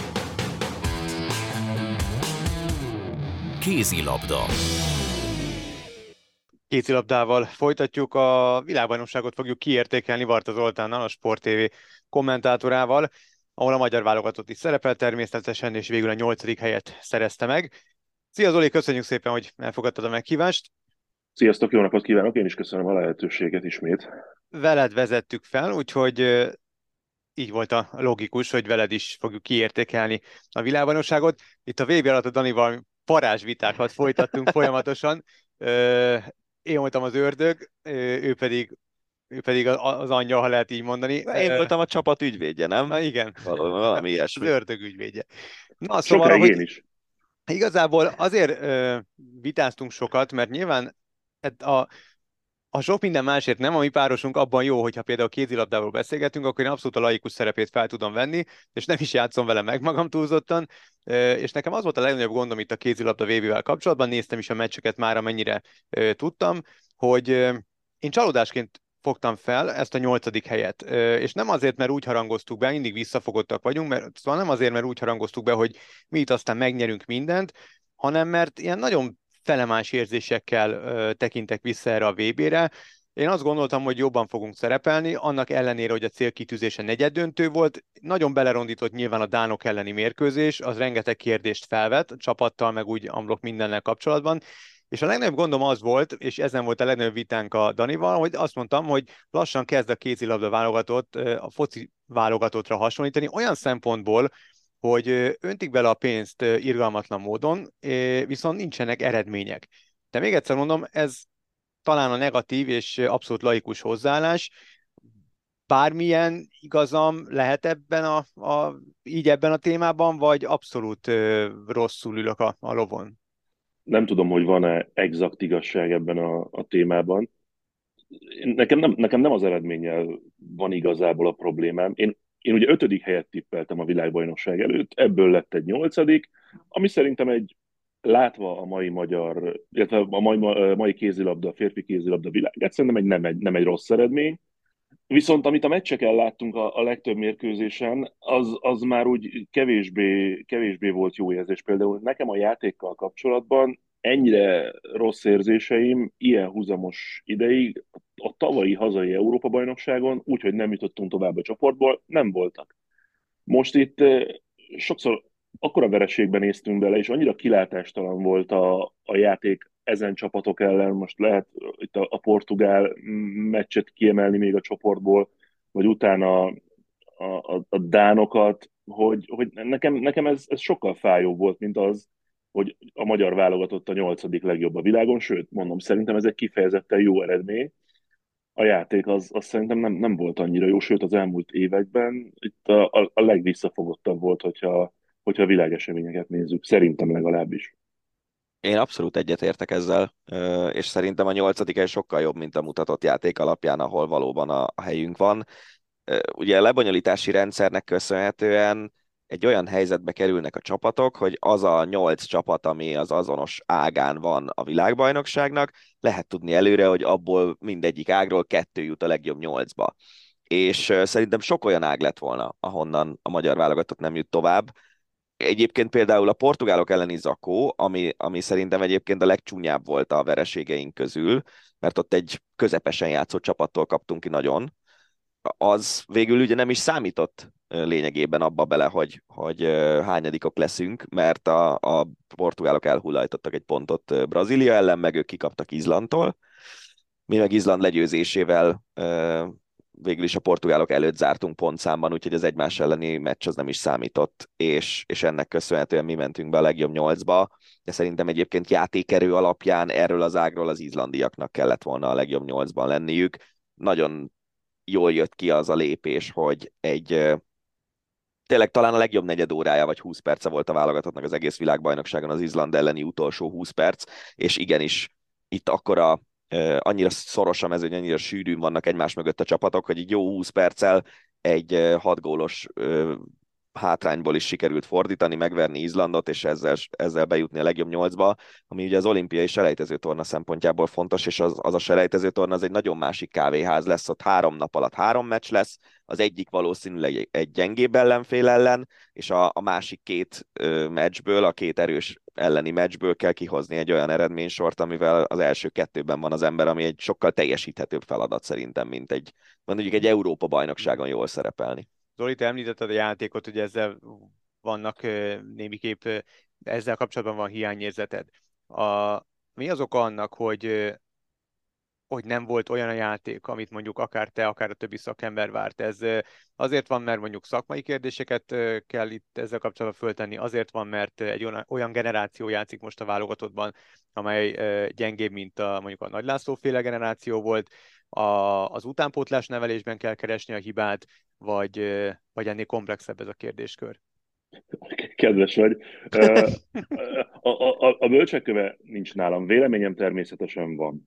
[SPEAKER 1] Kézilabda.
[SPEAKER 3] Kézilabdával folytatjuk, a világbajnokságot fogjuk kiértékelni Varta Zoltánnal, a Sport té vé kommentátorával, ahol a magyar válogatott is szerepel természetesen, és végül a nyolcadik helyet szerezte meg. Szia Zoli, köszönjük szépen, hogy elfogadtad a meghívást.
[SPEAKER 5] Sziasztok, jó napot kívánok, én is köszönöm a lehetőséget ismét.
[SPEAKER 3] Veled vezettük fel, úgyhogy így volt a logikus, hogy veled is fogjuk kiértékelni a világbajnokságot. Itt a vé bé alatt a Danival parázsvitákat folytattunk folyamatosan. Én voltam az ördög, ő pedig, ő pedig az anyja, ha lehet így mondani.
[SPEAKER 2] Én voltam a csapat ügyvédje, nem?
[SPEAKER 3] Na igen.
[SPEAKER 2] Valami, valami ilyesmi.
[SPEAKER 3] Az ördög ügyvédje. Na,
[SPEAKER 5] szóval,
[SPEAKER 3] szóval,
[SPEAKER 5] én is.
[SPEAKER 3] Igazából azért vitáztunk sokat, mert nyilván a A sok minden másért nem, a mi párosunk abban jó, hogyha például kézilabdáról beszélgetünk, akkor én abszolút a laikus szerepét fel tudom venni, és nem is játszom vele meg magam túlzottan, és nekem az volt a legnagyobb gondom itt a kézilabda vé bével kapcsolatban, néztem is a meccseket már, amennyire tudtam, hogy én csalódásként fogtam fel ezt a nyolcadik helyet, és nem azért, mert úgy harangoztuk be, mindig visszafogottak vagyunk, mert szóval nem azért, mert úgy harangoztuk be, hogy mi itt aztán megnyerünk mindent, hanem mert ilyen nagyon felemás érzésekkel ö, tekintek vissza erre a vé bére. Én azt gondoltam, hogy jobban fogunk szerepelni, annak ellenére, hogy a célkitűzése negyeddöntő volt. Nagyon belerondított nyilván a dánok elleni mérkőzés, az rengeteg kérdést felvet, a csapattal, meg úgy amblok mindennel kapcsolatban. És a legnagyobb gondom az volt, és ezen volt a legnagyobb vitánk a Danival, hogy azt mondtam, hogy lassan kezd a kézilabda válogatott a foci válogatottra hasonlítani, olyan szempontból, hogy öntik bele a pénzt irgalmatlan módon, viszont nincsenek eredmények. De még egyszer mondom, ez talán a negatív és abszolút laikus hozzáállás. Bármilyen igazam lehet ebben a, a, így ebben a témában, vagy abszolút rosszul ülök a, a lovon?
[SPEAKER 5] Nem tudom, hogy van-e exakt igazság ebben a, a témában. Nekem nem, nekem nem az eredménnyel van igazából a problémám. Én Én ugye ötödik helyet tippeltem a világbajnokság előtt, ebből lett egy nyolcadik, ami szerintem egy, látva a mai magyar, illetve a mai, mai kézilabda, a férfi kézilabda világát, szerintem egy nem, egy nem egy rossz eredmény. Viszont amit a meccseken láttunk a, a legtöbb mérkőzésen, az, az már úgy kevésbé, kevésbé volt jó érzés. Például nekem a játékkal kapcsolatban ennyire rossz érzéseim ilyen húzamos ideig a tavalyi hazai Európa-bajnokságon, úgyhogy nem jutottunk tovább a csoportból, nem voltak. Most itt sokszor akkora vereségben néztünk bele, és annyira kilátástalan volt a, a játék ezen csapatok ellen, most lehet itt a, a portugál meccset kiemelni még a csoportból, vagy utána a, a, a dánokat, hogy, hogy nekem, nekem ez, ez sokkal fájóbb volt, mint az, hogy a magyar válogatott a nyolcadik legjobb a világon, sőt, mondom, szerintem ez egy kifejezetten jó eredmény. A játék az, az szerintem nem, nem volt annyira jó, sőt az elmúlt években itt a, a, a legvisszafogottabb volt, hogyha, hogyha világeseményeket nézzük, szerintem legalábbis.
[SPEAKER 2] Én abszolút egyetértek ezzel, és szerintem a nyolcadik hely sokkal jobb, mint a mutatott játék alapján, ahol valóban a, a helyünk van. Ugye a lebonyolítási rendszernek köszönhetően egy olyan helyzetbe kerülnek a csapatok, hogy az a nyolc csapat, ami az azonos ágán van a világbajnokságnak, lehet tudni előre, hogy abból mindegyik ágról kettő jut a legjobb nyolcba. És szerintem sok olyan ág lett volna, ahonnan a magyar válogatott nem jut tovább. Egyébként például a portugálok elleni zakó, ami, ami szerintem egyébként a legcsúnyább volt a vereségeink közül, mert ott egy közepesen játszó csapattól kaptunk ki nagyon, az végül ugye nem is számított lényegében abba bele, hogy, hogy hányadikok leszünk, mert a, a portugálok elhullajtottak egy pontot Brazília ellen, meg ők kikaptak Izlandtól. Mi meg Izland legyőzésével végül is a portugálok előtt zártunk pontszámban, úgyhogy az egymás elleni meccs az nem is számított, és, és ennek köszönhetően mi mentünk be a legjobb nyolcba, de szerintem egyébként játékerő alapján erről az ágról az izlandiaknak kellett volna a legjobb nyolcban lenniük. Nagyon jól jött ki az a lépés, hogy egy tényleg talán a legjobb negyed órája, vagy húsz perce volt a válogatottnak az egész világbajnokságon az Izland elleni utolsó húsz perc, és igenis itt akkora, uh, annyira szoros a mezőny, annyira sűrűn vannak egymás mögött a csapatok, hogy így jó húsz perccel egy uh, hat gólos uh, hátrányból is sikerült fordítani, megverni Izlandot, és ezzel, ezzel bejutni a legjobb nyolcba, ami ugye az olimpiai selejtező torna szempontjából fontos, és az, az a selejtező torna az egy nagyon másik kávéház lesz, ott három nap alatt három meccs lesz, az egyik valószínűleg egy gyengébb ellenfél ellen, és a, a másik két ö, meccsből, a két erős elleni meccsből kell kihozni egy olyan eredménysort, amivel az első kettőben van az ember, ami egy sokkal teljesíthetőbb feladat szerintem, mint egy, mondjuk egy Európa-bajnokságon jól szerepelni.
[SPEAKER 3] Zoli, te említetted a játékot, hogy ezzel vannak némiképp, ezzel kapcsolatban van hiányérzeted. A, mi az oka annak, hogy, hogy nem volt olyan a játék, amit mondjuk akár te, akár a többi szakember várt? Ez azért van, mert mondjuk szakmai kérdéseket kell itt ezzel kapcsolatban föltenni, azért van, mert egy olyan generáció játszik most a válogatottban, amely gyengébb, mint a, mondjuk a Nagy László féle generáció volt, a, az utánpótlás nevelésben kell keresni a hibát, vagy, vagy ennél komplexebb ez a kérdéskör?
[SPEAKER 5] Kedves vagy. A, a, a bölcsekköve nincs nálam. Véleményem természetesen van.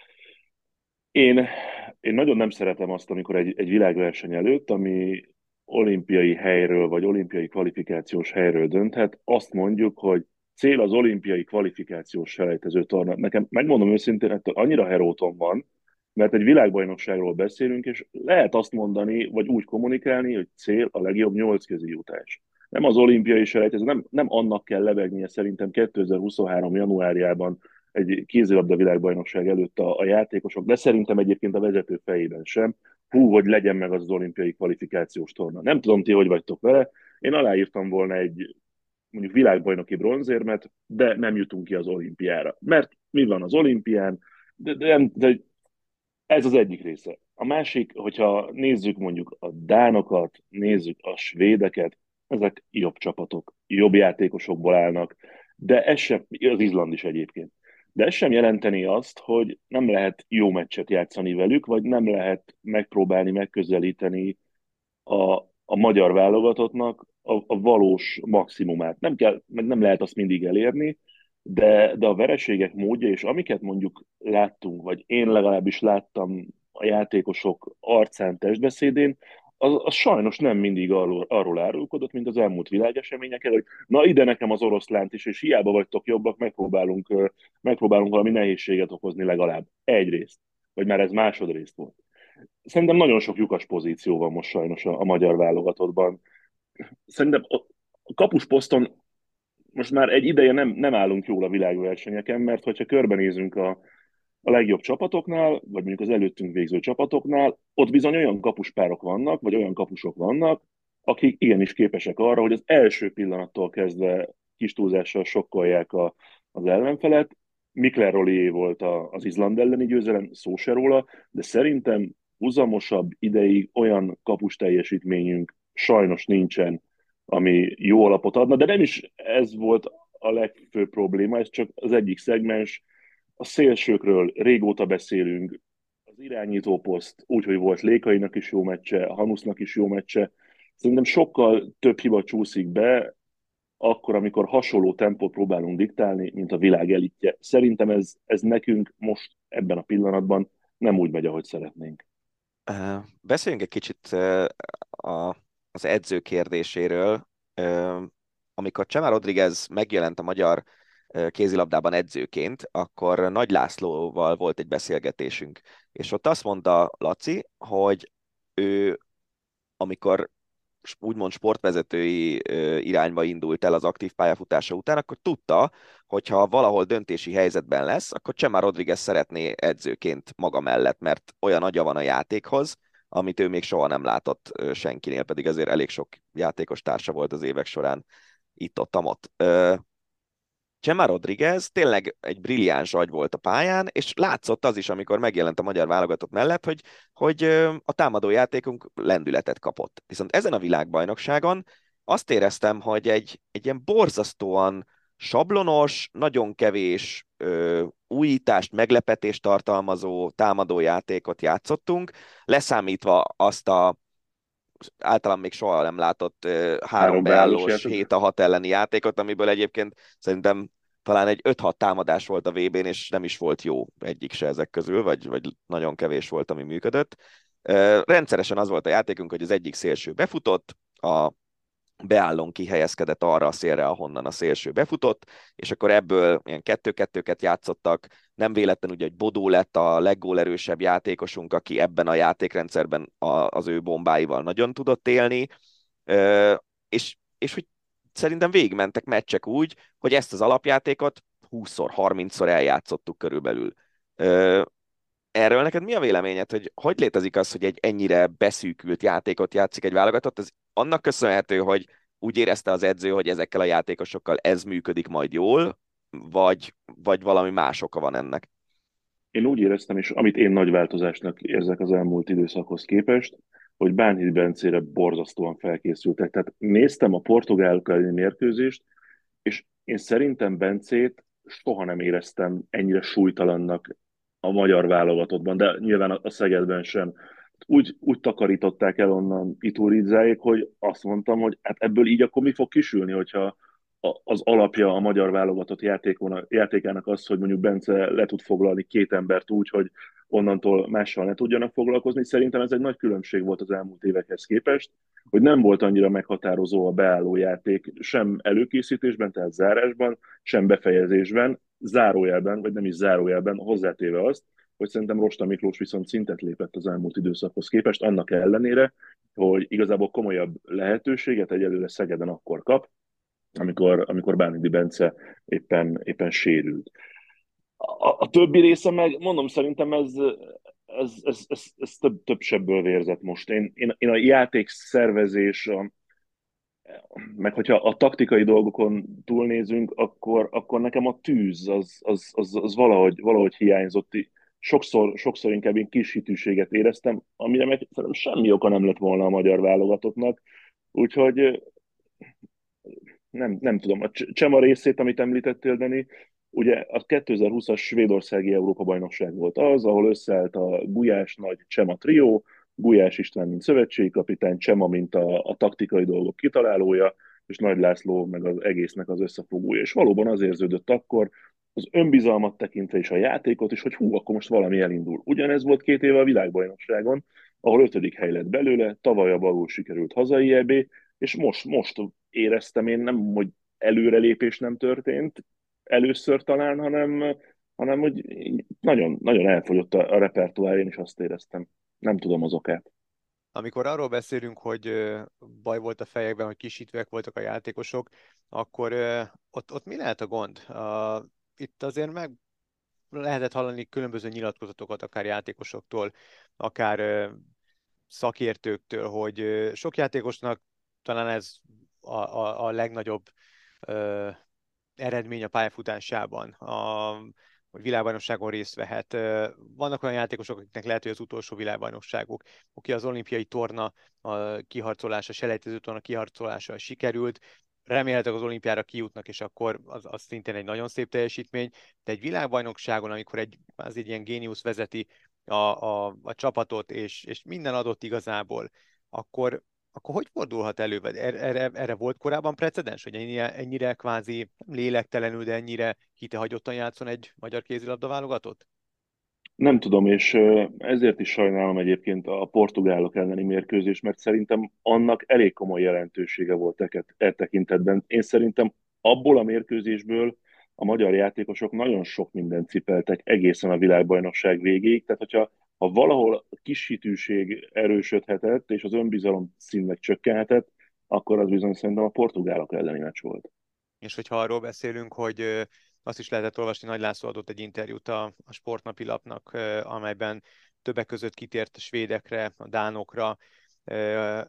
[SPEAKER 5] Én, én nagyon nem szeretem azt, amikor egy, egy világverseny előtt, ami olimpiai helyről, vagy olimpiai kvalifikációs helyről dönthet, azt mondjuk, hogy cél az olimpiai kvalifikációs selejtező torna. Nekem, megmondom őszintén, ettől annyira heróton van, mert egy világbajnokságról beszélünk, és lehet azt mondani, vagy úgy kommunikálni, hogy cél a legjobb nyolc közi jutás. Nem az olimpiai selejtező, nem, nem annak kell lebegnie szerintem kétezer-huszonhárom januárjában egy kézilabda világbajnokság előtt a, a játékosok, de szerintem egyébként a vezető fejében sem, hú, hogy legyen meg az, az olimpiai kvalifikációs torna. Nem tudom, ti hogy vagytok vele, én aláírtam volna egy mondjuk világbajnoki bronzérmet, de nem jutunk ki az olimpiára. Mert mi van az olimpián, de, de, de ez az egyik része. A másik, hogyha nézzük mondjuk a dánokat, nézzük a svédeket, ezek jobb csapatok, jobb játékosokból állnak, de ez sem, az Izland is egyébként, de ez sem jelenteni azt, hogy nem lehet jó meccset játszani velük, vagy nem lehet megpróbálni megközelíteni a, a magyar válogatottnak a, a valós maximumát. Nem kell, meg nem lehet azt mindig elérni, de, de a vereségek módja, és amiket mondjuk láttunk, vagy én legalábbis láttam a játékosok arcán, testbeszédén, az, az sajnos nem mindig arról, arról árulkodott, mint az elmúlt világeseményeken, hogy na ide nekem az oroszlánt is, és hiába vagytok jobbak, megpróbálunk, megpróbálunk valami nehézséget okozni legalább egyrészt, vagy már ez másodrészt volt. Szerintem nagyon sok lyukas pozíció van most sajnos a, a magyar válogatottban. Szerintem a, a kapusposzton most már egy ideje nem, nem állunk jól a világversenyeken, mert hogyha körbenézünk a, a legjobb csapatoknál, vagy mondjuk az előttünk végző csapatoknál, ott bizony olyan kapuspárok vannak, vagy olyan kapusok vannak, akik igenis képesek arra, hogy az első pillanattól kezdve kis túlzással sokkolják a, az ellenfelet. Mikler Rollié volt a, az Izland elleni győzelem, szó se róla, de szerintem huzamosabb ideig olyan kapus teljesítményünk sajnos nincsen, ami jó alapot adna, de nem is ez volt a legfőbb probléma, ez csak az egyik szegmens. A szélsőkről régóta beszélünk, az irányítóposzt, úgyhogy volt Lékainak is jó meccse, Hanusznak is jó meccse. Szerintem sokkal több hiba csúszik be, akkor, amikor hasonló tempót próbálunk diktálni, mint a világ elitje. Szerintem ez, ez nekünk most ebben a pillanatban nem úgy megy, ahogy szeretnénk.
[SPEAKER 2] Uh, beszéljünk egy kicsit uh, a, az edző kérdéséről. Uh, amikor Chema Rodriguez megjelent a magyar uh, kézilabdában edzőként, akkor Nagy Lászlóval volt egy beszélgetésünk, és ott azt mondta Laci, hogy ő, amikor úgymond sportvezetői irányba indult el az aktív pályafutása után, akkor tudta, hogy ha valahol döntési helyzetben lesz, akkor Chema Rodriguez szeretné edzőként maga mellett, mert olyan agya van a játékhoz, amit ő még soha nem látott senkinél, pedig azért elég sok játékos társa volt az évek során itt-ott, ott. Chema Rodriguez tényleg egy brilliáns agy volt a pályán, és látszott az is, amikor megjelent a magyar válogatott mellett, hogy, hogy a támadójátékunk lendületet kapott. Viszont ezen a világbajnokságon azt éreztem, hogy egy, egy ilyen borzasztóan sablonos, nagyon kevés ö, újítást, meglepetést tartalmazó támadójátékot játszottunk, leszámítva azt a általán még soha nem látott uh, három beállós hét a hat elleni játékot, amiből egyébként szerintem talán egy öt-hat támadás volt a vé bén, és nem is volt jó egyik se ezek közül, vagy, vagy nagyon kevés volt, ami működött. Uh, rendszeresen az volt a játékunk, hogy az egyik szélső befutott, a beállón kihelyezkedett arra a szélre, ahonnan a szélső befutott, és akkor ebből ilyen kettő-kettőket játszottak. Nem véletlen ugye, hogy Bodó lett a leggólerősebb játékosunk, aki ebben a játékrendszerben a, az ő bombáival nagyon tudott élni, Ö, és, és hogy szerintem végigmentek meccsek úgy, hogy ezt az alapjátékot húszszor, harmincszor eljátszottuk körülbelül. Ö, Erről neked mi a véleményed, hogy hogy létezik az, hogy egy ennyire beszűkült játékot játszik egy válogatott? Ez annak köszönhető, hogy úgy érezte az edző, hogy ezekkel a játékosokkal ez működik majd jól, vagy, vagy valami más oka van ennek?
[SPEAKER 5] Én úgy éreztem, és amit én nagy változásnak érzek az elmúlt időszakhoz képest, hogy Bánhidi Bencére borzasztóan felkészültek. Tehát néztem a portugálok elleni mérkőzést, és én szerintem Bencét soha nem éreztem ennyire súlytalannak a magyar válogatottban, de nyilván a Szegedben sem. Úgy, úgy takarították el onnan Iturridzáék, hogy azt mondtam, hogy hát ebből így akkor mi fog kisülni, hogyha a- az alapja a magyar válogatott játékona- játékának az, hogy mondjuk Bence le tud foglalni két embert úgy, hogy onnantól mással ne tudjanak foglalkozni. Szerintem ez egy nagy különbség volt az elmúlt évekhez képest, hogy nem volt annyira meghatározó a beálló játék sem előkészítésben, tehát zárásban, sem befejezésben, zárójelben, vagy nem is zárójelben, hozzátéve azt, hogy szerintem Rosta Miklós viszont szintet lépett az elmúlt időszakhoz képest, annak ellenére, hogy igazából komolyabb lehetőséget egyelőre Szegeden akkor kap, amikor, amikor Bánhidi Bence éppen, éppen sérült. A, a többi része meg, mondom, szerintem ez, ez, ez, ez, ez több, több sebből vérzett most. Én, én, én a játék szervezés, a, meg hogyha a taktikai dolgokon túlnézünk, akkor, akkor nekem a tűz az, az, az, az valahogy, valahogy hiányzott. Sokszor, sokszor inkább én kis hitűséget éreztem, amire meg szerintem semmi oka nem lett volna a magyar válogatottnak. Úgyhogy nem, nem tudom, a Csema részét, amit említettél, Dani, ugye a kétezer-húszas svédországi Európa-bajnokság volt az, ahol összeállt a Gulyás nagy Csema trió, Gulyás István, mint szövetségi kapitány, Csema, mint a, a taktikai dolgok kitalálója, és Nagy László meg az egésznek az összefogója. És valóban az érződött akkor, az önbizalmat tekintve is a játékot is, hogy hú, akkor most valami elindul. Ugyanez volt két éve a világbajnokságon, ahol ötödik hely lett belőle, tavaly a balul sikerült hazai é bé, és most, most éreztem én, nem, hogy előrelépés nem történt először talán, hanem, hanem hogy nagyon, nagyon elfogyott a, a repertoár, én is azt éreztem. Nem tudom az okát.
[SPEAKER 3] Amikor arról beszélünk, hogy ö, baj volt a fejekben, hogy kisítőek voltak a játékosok, akkor ö, ott, ott mi lehet a gond? Uh, itt azért meg lehetett hallani különböző nyilatkozatokat, akár játékosoktól, akár ö, szakértőktől, hogy ö, sok játékosnak talán ez a, a, a legnagyobb ö, eredmény a pályafutásában, a, hogy világbajnokságon részt vehet. Ö, Vannak olyan játékosok, akiknek lehet, hogy az utolsó világbajnokságuk, oké, az olimpiai torna a kiharcolása, selejtező torna kiharcolása sikerült, remélhetőleg az olimpiára kijutnak, és akkor az, az szintén egy nagyon szép teljesítmény, de egy világbajnokságon, amikor egy, az egy ilyen géniusz vezeti a, a, a csapatot, és, és minden adott igazából, akkor, akkor hogy fordulhat elő? Erre, erre, erre volt korábban precedens, hogy ennyire, ennyire kvázi nem lélektelenül, de ennyire hitehagyottan játszon egy magyar kézilabda válogatott?
[SPEAKER 5] Nem tudom, és ö, ezért is sajnálom egyébként a portugálok elleni mérkőzést, mert szerintem annak elég komoly jelentősége volt e, e tekintetben. Én szerintem abból a mérkőzésből a magyar játékosok nagyon sok mindent cipeltek egészen a világbajnokság végéig, tehát hogyha ha valahol a kis hitűség erősödhetett, és az önbizalom színleg csökkenhetett, akkor az bizony szerintem a portugálok elleni meccs volt.
[SPEAKER 3] És hogyha arról beszélünk, hogy ö, azt is lehetett olvasni, Nagy László adott egy interjút a, a sportnapi lapnak, ö, amelyben többek között kitért a svédekre, a dánokra, ö,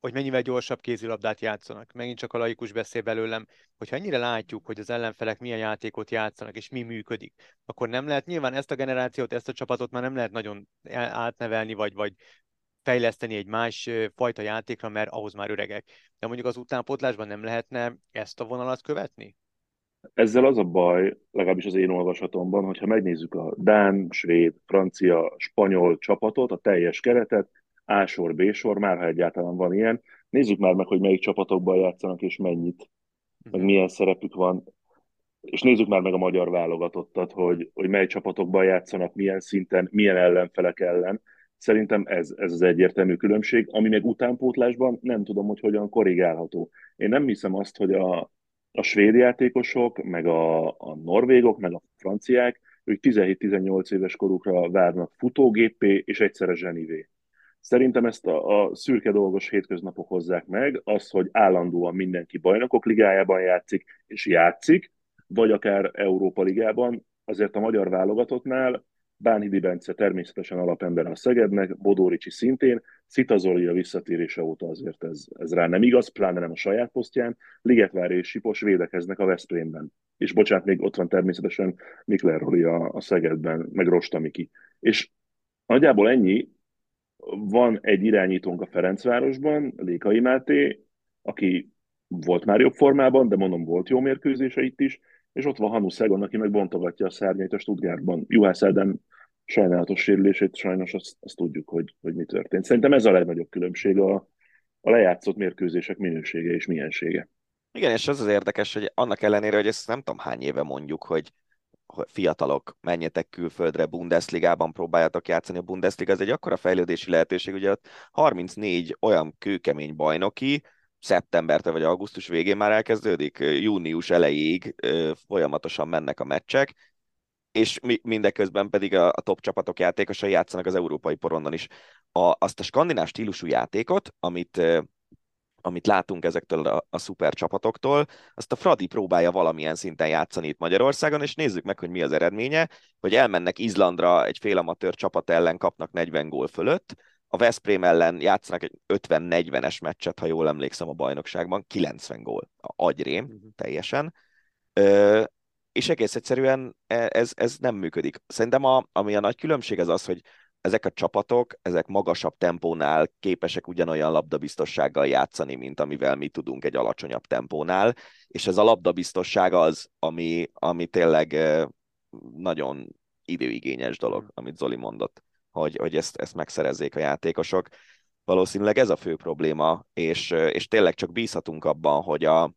[SPEAKER 3] hogy mennyivel gyorsabb kézilabdát játszanak. Megint csak a laikus beszél belőlem, hogyha ennyire látjuk, hogy az ellenfelek milyen játékot játszanak, és mi működik, akkor nem lehet, nyilván ezt a generációt, ezt a csapatot már nem lehet nagyon átnevelni, vagy, vagy fejleszteni egy más fajta játékra, mert ahhoz már öregek. De mondjuk az utánpótlásban nem lehetne ezt a vonalat követni?
[SPEAKER 5] Ezzel az a baj, legalábbis az én olvasatomban, hogyha megnézzük a dán, svéd, francia, spanyol csapatot, a teljes keretet, A-sor, B-sor, már ha egyáltalán van ilyen, nézzük már meg, hogy melyik csapatokban játszanak és mennyit, meg
[SPEAKER 3] Uh-huh.
[SPEAKER 5] milyen szerepük van, és nézzük már meg a magyar válogatottat, hogy, hogy mely csapatokban játszanak, milyen szinten, milyen ellenfelek ellen. Szerintem ez, ez az egyértelmű különbség, ami meg utánpótlásban nem tudom, hogy hogyan korrigálható. Én nem hiszem azt, hogy a, a svéd játékosok, meg a, a norvégok, meg a franciák, ők tizenhét-tizennyolc éves korukra várnak futógéppé és egyszerre zsenivé. Szerintem ezt a, a szürke dolgos hétköznapok hozzák meg, az, hogy állandóan mindenki bajnokok ligájában játszik, és játszik, vagy akár Európa Ligában, azért a magyar válogatottnál Bánhidi Bence természetesen alapember a Szegednek, Bodó Ricsi szintén, Szita Zoli a visszatérése óta azért ez, ez rá nem igaz, pláne nem a saját posztján, Ligetvári és Sipos védekeznek a Veszprémben. És bocsánat, még ott van természetesen Mikler Roli a, a Szegedben, meg Rosta Miki. És nagyjából ennyi. Van egy irányítónk a Ferencvárosban, Lékai Máté, aki volt már jobb formában, de mondom, volt jó mérkőzése itt is, és ott van Hanu Szegon, aki meg bontogatja a szárnyait a Stuttgartban. Juhász Ádám sajnálatos sérülését, sajnos azt, azt tudjuk, hogy, hogy mi történt. Szerintem ez a legnagyobb különbség a, a lejátszott mérkőzések minősége és miensége.
[SPEAKER 2] Igen, és az az érdekes, hogy annak ellenére, hogy ezt nem tudom hány éve mondjuk, hogy hogy fiatalok, menjetek külföldre, Bundesligában próbáljatok játszani. A Bundesliga az egy akkora fejlődési lehetőség, ugye ott harmincnégy olyan kőkemény bajnoki, szeptembertől vagy augusztus végén már elkezdődik, június elejéig folyamatosan mennek a meccsek, és mi, mindeközben pedig a, a top csapatok játékosai játszanak az európai porondon is. A, azt a skandináv stílusú játékot, amit amit látunk ezektől a, a szuper csapatoktól, azt a Fradi próbálja valamilyen szinten játszani itt Magyarországon, és nézzük meg, hogy mi az eredménye, hogy elmennek Izlandra egy félamatőr csapat ellen, kapnak negyven gól fölött, a Veszprém ellen játszanak egy ötven-negyvenes meccset, ha jól emlékszem a bajnokságban, kilencven gól, agyrém uh-huh. teljesen, Ö, és egész egyszerűen ez, ez nem működik. Szerintem a, ami a nagy különbség az az, hogy ezek a csapatok, ezek magasabb tempónál képesek ugyanolyan labdabiztossággal játszani, mint amivel mi tudunk egy alacsonyabb tempónál, és ez a labdabiztosság az, ami, ami tényleg nagyon időigényes dolog, amit Zoli mondott, hogy, hogy ezt, ezt megszerezzék a játékosok. Valószínűleg ez a fő probléma, és, és tényleg csak bízhatunk abban, hogy a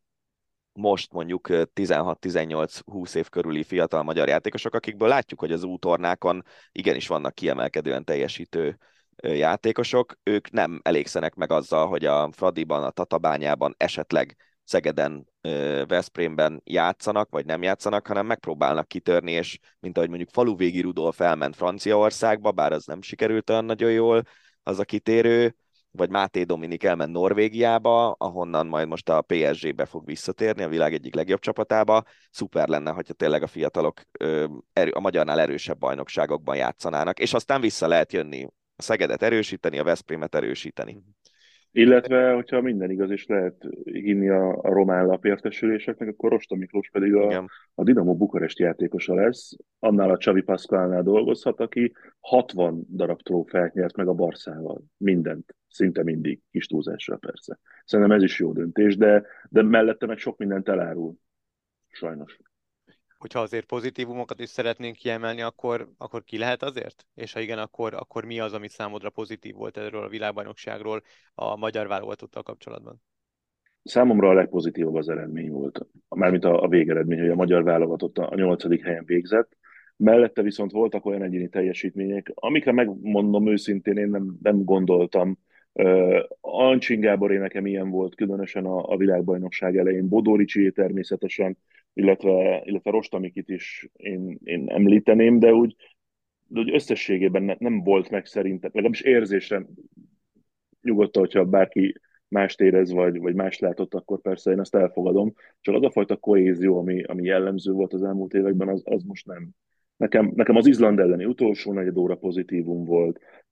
[SPEAKER 2] most mondjuk tizenhat-tizennyolc-húsz év körüli fiatal magyar játékosok, akikből látjuk, hogy az útornákon igenis vannak kiemelkedően teljesítő játékosok, ők nem elégszenek meg azzal, hogy a Fradiban, a Tatabányában, esetleg Szegeden, Veszprémben játszanak, vagy nem játszanak, hanem megpróbálnak kitörni, és mint ahogy mondjuk Faluvégi Rudolf elment Franciaországba, bár az nem sikerült olyan nagyon jól, az a kitérő, vagy Máté Dominik elment Norvégiába, ahonnan majd most a pé es gé-be fog visszatérni, a világ egyik legjobb csapatába. Szuper lenne, hogyha tényleg a fiatalok erő, a magyarnál erősebb bajnokságokban játszanának, és aztán vissza lehet jönni a Szegedet erősíteni, a Veszprémet erősíteni.
[SPEAKER 5] Illetve, hogyha minden igaz, és lehet hinni a, a román lapértesüléseknek, akkor Rosta Miklós pedig a, a Dinamo Bukarest játékosa lesz, annál a Xavi Pascualnál dolgozhat, aki hatvan darab trófeát nyert meg a Barszával. Mindent, szinte mindig, kis túlzásra persze. Szerintem ez is jó döntés, de, de mellette meg sok mindent elárul. Sajnos.
[SPEAKER 3] Hogyha azért pozitívumokat is szeretnénk kiemelni, akkor, akkor ki lehet azért? És ha igen, akkor, akkor mi az, ami számodra pozitív volt erről a világbajnokságról a magyar válogatottal kapcsolatban?
[SPEAKER 5] Számomra a legpozitívabb az eredmény volt. Mármint a, a végeredmény, hogy a magyar válogatott a nyolcadik helyen végzett. Mellette viszont voltak olyan egyéni teljesítmények, amikre megmondom őszintén, én nem, nem gondoltam. Uh, Ancsin Gáboré nekem ilyen volt, különösen a, a világbajnokság elején. Bodó Ricsié természetesen, illetve, illetve Rostamikit is én, én említeném, de úgy, de úgy összességében ne, nem volt meg szerintem, legalábbis érzésre nyugodtan, hogyha bárki mást érez, vagy, vagy más látott, akkor persze én ezt elfogadom. Csak az a fajta kohézió, ami, ami jellemző volt az elmúlt években, az, az most nem. Nekem, nekem az Izland elleni utolsó negyed óra pozitívum volt,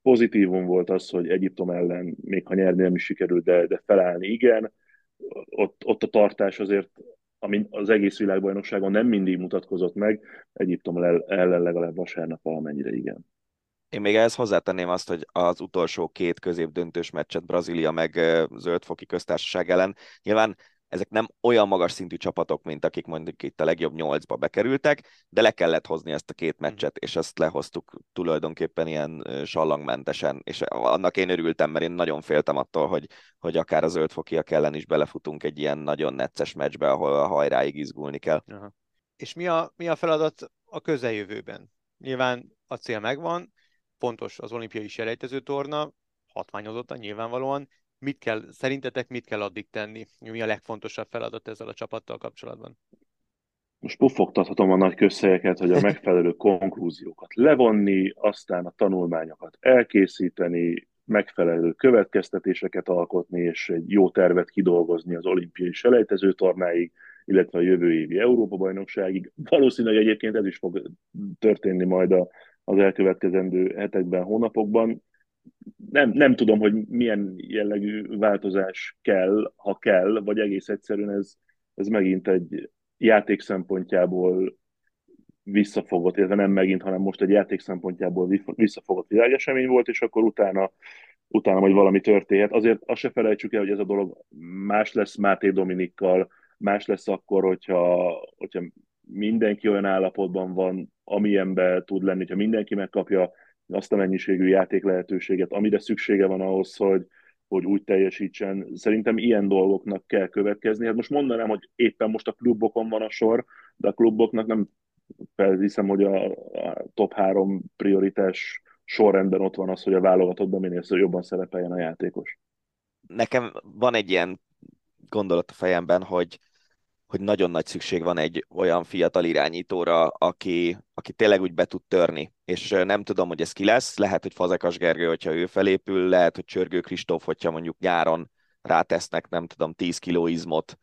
[SPEAKER 5] pozitívum volt az, hogy Egyiptom ellen, még ha nyerni nem is sikerült, de, de felállni igen. Ott, ott a tartás azért, ami az egész világbajnokságon nem mindig mutatkozott meg, Egyiptom ellen legalább vasárnap valamennyire igen.
[SPEAKER 2] Én még ehhez hozzátenném azt, hogy az utolsó két középdöntős meccset Brazília meg Zöld-foki köztársaság ellen, nyilván ezek nem olyan magas szintű csapatok, mint akik mondjuk itt a legjobb nyolcba bekerültek, de le kellett hozni ezt a két meccset, és ezt lehoztuk tulajdonképpen ilyen sallangmentesen, és annak én örültem, mert én nagyon féltem attól, hogy, hogy akár a zöldfokiak ellen is belefutunk egy ilyen nagyon necces meccsbe, ahol a hajráig izgulni kell.
[SPEAKER 3] Aha. És mi a, mi a feladat a közeljövőben? Nyilván a cél megvan, fontos az olimpiai selejtező torna, hatványozottan nyilvánvalóan. Mit kell, szerintetek mit kell addig tenni? Mi a legfontosabb feladat ezzel a csapattal kapcsolatban?
[SPEAKER 5] Most puffogtathatom a nagy közhelyeket, hogy a megfelelő konklúziókat levonni, aztán a tanulmányokat elkészíteni, megfelelő következtetéseket alkotni, és egy jó tervet kidolgozni az olimpiai selejtező tornáig, illetve a jövő évi Európa-bajnokságig. Valószínűleg egyébként ez is fog történni majd az elkövetkezendő hetekben, hónapokban. Nem, nem tudom, hogy milyen jellegű változás kell, ha kell, vagy egész egyszerűen ez, ez megint egy játék szempontjából visszafogott, illetve nem megint, hanem most egy játék szempontjából visszafogott világesemény volt, és akkor utána, utána majd valami történhet. Azért azt se felejtsük el, hogy ez a dolog más lesz Máté Dominikkal, más lesz akkor, hogyha, hogyha mindenki olyan állapotban van, amilyenben tud lenni, hogyha mindenki megkapja azt a mennyiségű játék lehetőséget, amire szüksége van ahhoz, hogy, hogy úgy teljesítsen. Szerintem ilyen dolgoknak kell következni. Hát most mondanám, hogy éppen most a klubokon van a sor, de a kluboknak nem felhiszem, hogy a, a top három prioritás sorrendben ott van az, hogy a válogatottban minél jobban szerepeljen a játékos.
[SPEAKER 2] Nekem van egy ilyen gondolat a fejemben, hogy hogy nagyon nagy szükség van egy olyan fiatal irányítóra, aki, aki tényleg úgy be tud törni. És nem tudom, hogy ez ki lesz. Lehet, hogy Fazekas Gergő, hogyha ő felépül, lehet, hogy Csörgő Kristóf, hogyha mondjuk nyáron rátesznek, nem tudom, tíz kiló izmot,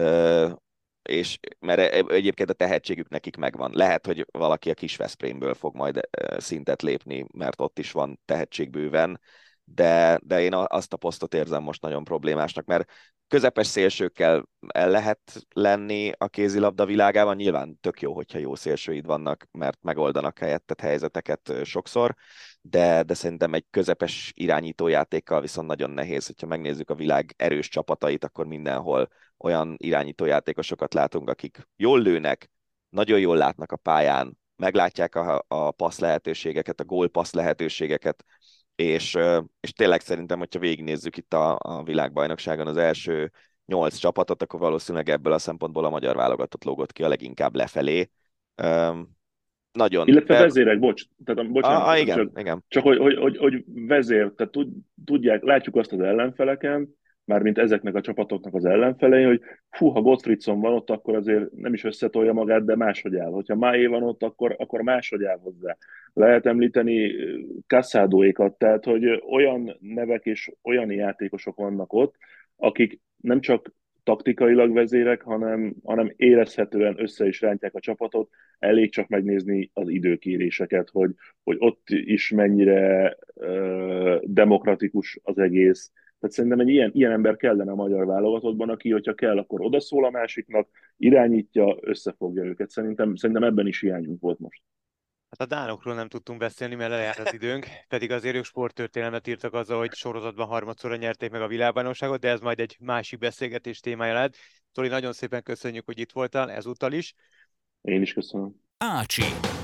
[SPEAKER 2] és mert egyébként a tehetségük nekik megvan. Lehet, hogy valaki a kis Veszprémből fog majd szintet lépni, mert ott is van tehetség bőven, de, de én azt a posztot érzem most nagyon problémásnak, mert közepes szélsőkkel el lehet lenni a kézilabda világában, nyilván tök jó, hogyha jó szélsőid vannak, mert megoldanak helyettet helyzeteket sokszor, de, de szerintem egy közepes irányítójátékkal viszont nagyon nehéz, hogyha megnézzük a világ erős csapatait, akkor mindenhol olyan irányítójátékosokat látunk, akik jól lőnek, nagyon jól látnak a pályán, meglátják a, a passz lehetőségeket, a gólpassz lehetőségeket, és, és tényleg szerintem, hogyha végignézzük itt a, a világbajnokságon az első nyolc csapatot, akkor valószínűleg ebből a szempontból a magyar válogatott lógott ki a leginkább lefelé. Um, nagyon.
[SPEAKER 5] Illetve de... vezérek, bocs, tehát, bocsánat,
[SPEAKER 2] ah, ah, igen,
[SPEAKER 5] csak,
[SPEAKER 2] igen.
[SPEAKER 5] csak hogy, hogy, hogy, hogy vezér, tehát tudják, látjuk azt az ellenfeleken, mármint ezeknek a csapatoknak az ellenfelei, hogy hú, ha Gottfriedson van ott, akkor azért nem is összetolja magát, de máshogy áll. Hogyha Máé van ott, akkor, akkor máshogy áll hozzá. Lehet említeni Casadóékat, tehát hogy olyan nevek és olyan játékosok vannak ott, akik nem csak taktikailag vezérek, hanem, hanem érezhetően össze is rántják a csapatot. Elég csak megnézni az időkéréseket, hogy, hogy ott is mennyire uh, demokratikus az egész. Tehát szerintem egy ilyen, ilyen ember kellene a magyar válogatottban, aki, hogyha kell, akkor odaszól a másiknak, irányítja, összefogja őket. Szerintem, szerintem ebben is hiányunk volt most.
[SPEAKER 3] Hát a dánokról nem tudtunk beszélni, mert lejárt az időnk, pedig azért ők sporttörténelmet írtak azzal, hogy sorozatban harmadszorra nyerték meg a világbajnokságot, de ez majd egy másik beszélgetés témája lehet. Zoli, nagyon szépen köszönjük, hogy itt voltál, ezúttal is.
[SPEAKER 5] Én is köszönöm.
[SPEAKER 1] Ácsi.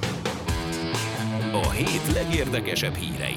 [SPEAKER 1] A hét legérdekesebb hírei.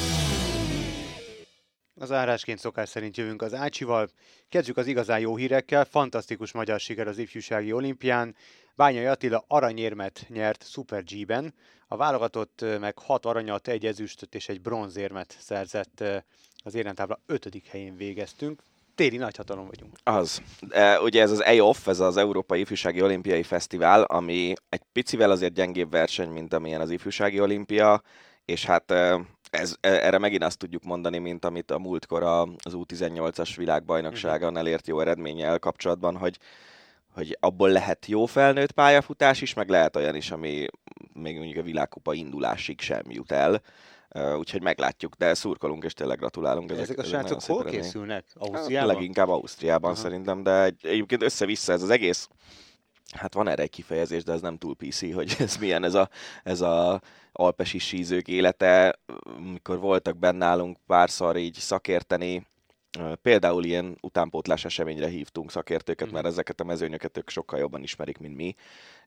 [SPEAKER 3] Az árásként szokás szerint jövünk az Ácsival. Kezdjük az igazán jó hírekkel. Fantasztikus magyar siker az ifjúsági olimpián. Bányai Attila aranyérmet nyert Super G-ben. A válogatott meg hat aranyat, egy ezüstöt és egy bronzérmet szerzett. Az éremtábla ötödik helyén végeztünk. Téli nagyhatalom vagyunk.
[SPEAKER 2] Az. E, ugye ez az E O F, ez az Európai Ifjúsági Olimpiai Fesztivál, ami egy picivel azért gyengébb verseny, mint amilyen az ifjúsági olimpia, és hát ez, erre megint azt tudjuk mondani, mint amit a múltkor az U tizennyolcas világbajnokságon elért jó eredménnyel kapcsolatban, hogy, hogy abból lehet jó felnőtt pályafutás is, meg lehet olyan is, ami még mondjuk a világkupa indulásig sem jut el. úgyhogy meglátjuk, de szurkolunk és tényleg gratulálunk.
[SPEAKER 3] Ezek, ezek a srácok hol készülnek?
[SPEAKER 2] Ausztriában? Leginkább Ausztriában Aha. szerintem, de egy, egyébként össze-vissza ez az egész, hát van erre egy kifejezés, de ez nem túl pé cé, hogy ez milyen ez a, ez a alpesi sízők élete, mikor voltak benne nálunk párszor így szakérteni, például ilyen utánpótlás eseményre hívtunk szakértőket, mm. mert ezeket a mezőnyöket ők sokkal jobban ismerik, mint mi,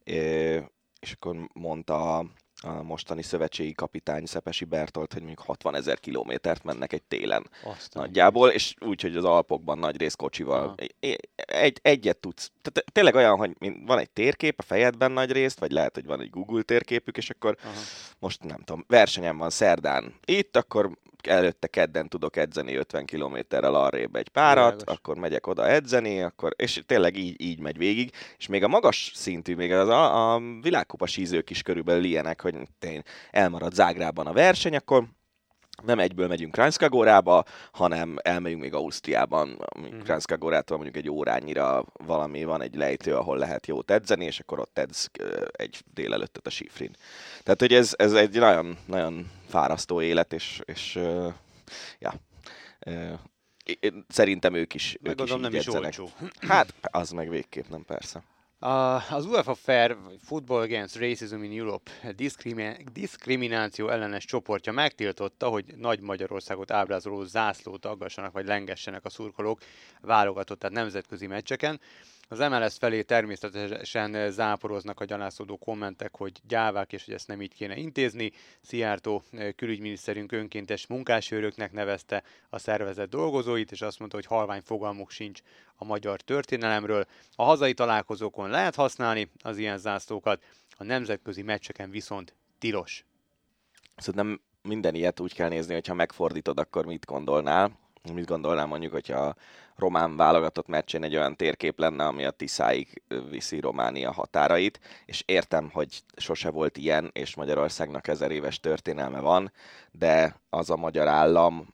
[SPEAKER 2] és akkor mondta a mostani szövetségi kapitány Szepesi Bertolt, hogy mondjuk hatvanezer kilométert mennek egy télen Aztán nagyjából, és úgy, hogy az Alpokban nagy rész kocsival egy, egy, egyet tudsz. Tehát tényleg olyan, hogy van egy térkép a fejedben nagy részt, vagy lehet, hogy van egy Google térképük, és akkor Aha. most nem tudom, versenyem van szerdán itt, akkor előtte kedden tudok edzeni ötven kilométerrel arrébb egy párat, Világos. Akkor megyek oda edzeni, akkor, és tényleg így, így megy végig, és még a magas szintű, még az a, a világkupa sízők is körülbelül ilyenek, hogy elmarad Zágrában a verseny, akkor nem egyből megyünk Kranjska-Górába, hanem elmegyünk még Ausztriában, mm. Kranjska-Górától mondjuk egy órányira valami van, egy lejtő, ahol lehet jót edzeni, és akkor ott edz egy délelőttet a sífrin. Tehát, hogy ez, ez egy nagyon, nagyon fárasztó élet, és, és uh, ja, uh, szerintem ők is, ők is így nem edzenek. Is olcsó. Hát, az meg végképp nem, persze.
[SPEAKER 3] Az UEFA Fair Football Against Racism in Europe diszkrimi- diszkrimináció ellenes csoportja megtiltotta, hogy Nagy Magyarországot ábrázoló zászlót aggassanak vagy lengessenek a szurkolók válogatott, tehát nemzetközi meccseken. Az em el es felé természetesen záporoznak a gyalászódó kommentek, hogy gyávák, és hogy ezt nem így kéne intézni. Szijjártó külügyminiszterünk önkéntes munkásőröknek nevezte a szervezet dolgozóit, és azt mondta, hogy halvány fogalmuk sincs a magyar történelemről. A hazai találkozókon lehet használni az ilyen zászlókat, a nemzetközi meccseken viszont tilos.
[SPEAKER 2] Szerintem minden ilyet úgy kell nézni, hogyha megfordítod, akkor mit gondolnál? Mit gondolnál mondjuk, hogyha a román válogatott meccsén egy olyan térkép lenne, ami a Tiszáig viszi Románia határait, és értem, hogy sose volt ilyen, és Magyarországnak ezer éves történelme van, de az a magyar állam,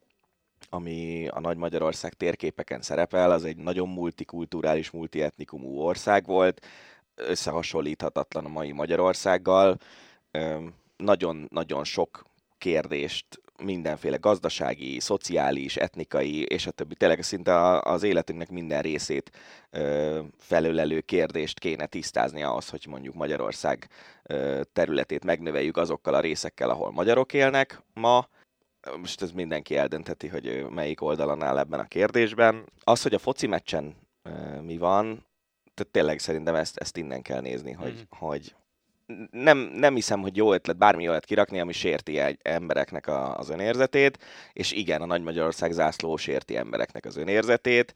[SPEAKER 2] ami a Nagy Magyarország térképeken szerepel, az egy nagyon multikulturális, multietnikumú ország volt, összehasonlíthatatlan a mai Magyarországgal, nagyon-nagyon sok kérdést, mindenféle gazdasági, szociális, etnikai, és a többi, tényleg szinte az életünknek minden részét ö, felölelő kérdést kéne tisztázni ahhoz, hogy mondjuk Magyarország ö, területét megnöveljük azokkal a részekkel, ahol magyarok élnek ma. Most ez mindenki eldöntheti, hogy melyik oldalon áll ebben a kérdésben. Az, hogy a foci meccsen ö, mi van, tehát tényleg szerintem ezt, ezt innen kell nézni, hogy, mm. hogy Nem, nem hiszem, hogy jó ötlet bármi olyat kirakni, ami sérti egy embereknek a, az önérzetét, és igen, a Nagy Magyarország zászló sérti embereknek az önérzetét.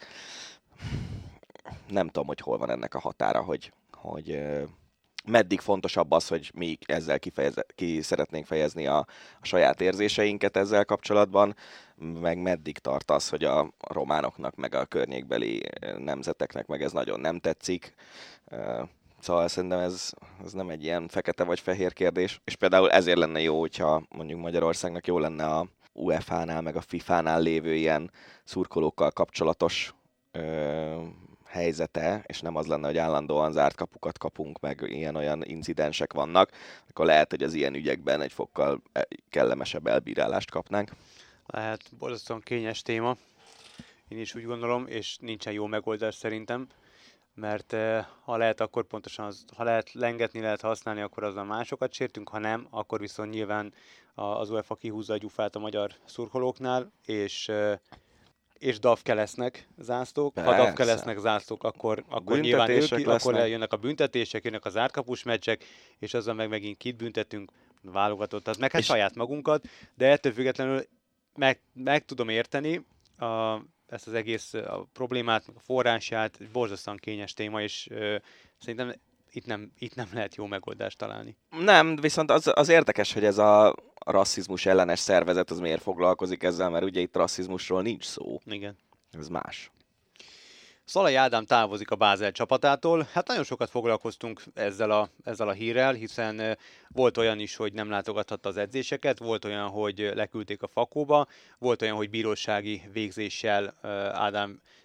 [SPEAKER 2] Nem tudom, hogy hol van ennek a határa, hogy, hogy uh, meddig fontosabb az, hogy mi ezzel kifejez, ki szeretnénk fejezni a, a saját érzéseinket ezzel kapcsolatban, meg meddig tart az, hogy a románoknak, meg a környékbeli nemzeteknek meg ez nagyon nem tetszik. Uh, Szóval szerintem ez, ez nem egy ilyen fekete vagy fehér kérdés, és például ezért lenne jó, hogyha mondjuk Magyarországnak jó lenne a u e fá nál meg a fifánál lévő ilyen szurkolókkal kapcsolatos ö, helyzete, és nem az lenne, hogy állandóan zárt kapukat kapunk, meg ilyen-olyan incidensek vannak, akkor lehet, hogy az ilyen ügyekben egy fokkal kellemesebb elbírálást kapnánk.
[SPEAKER 3] Lehet, borzasztóan kényes téma, én is úgy gondolom, és nincsen jó megoldás szerintem. Mert ha lehet, akkor pontosan az, ha lehet lengetni, lehet használni, akkor azzal másokat sértünk, ha nem, akkor viszont nyilván az UEFA kihúzza a gyufát a magyar szurkolóknál, és, és dafke lesznek zászlók. Ha dafke lesznek zászlók, akkor, akkor nyilván ők, akkor jönnek a büntetések, jönnek az árkapus meccsek, és azzal meg megint kit büntetünk, válogatottat, meg hát saját magunkat, de ettől függetlenül meg, meg tudom érteni a ezt az egész a problémát, a forrását, borzasztóan kényes téma, és ö, szerintem itt nem, itt nem lehet jó megoldást találni.
[SPEAKER 2] Nem, viszont az, az érdekes, hogy ez a rasszizmus ellenes szervezet az miért foglalkozik ezzel, mert ugye itt rasszizmusról nincs szó.
[SPEAKER 3] Igen.
[SPEAKER 2] Ez más.
[SPEAKER 3] Szalai Ádám távozik a Bázel csapatától. Hát nagyon sokat foglalkoztunk ezzel a, ezzel a hírrel, hiszen volt olyan is, hogy nem látogathatta az edzéseket, volt olyan, hogy leküldték a Fakóba, volt olyan, hogy bírósági végzéssel Ádám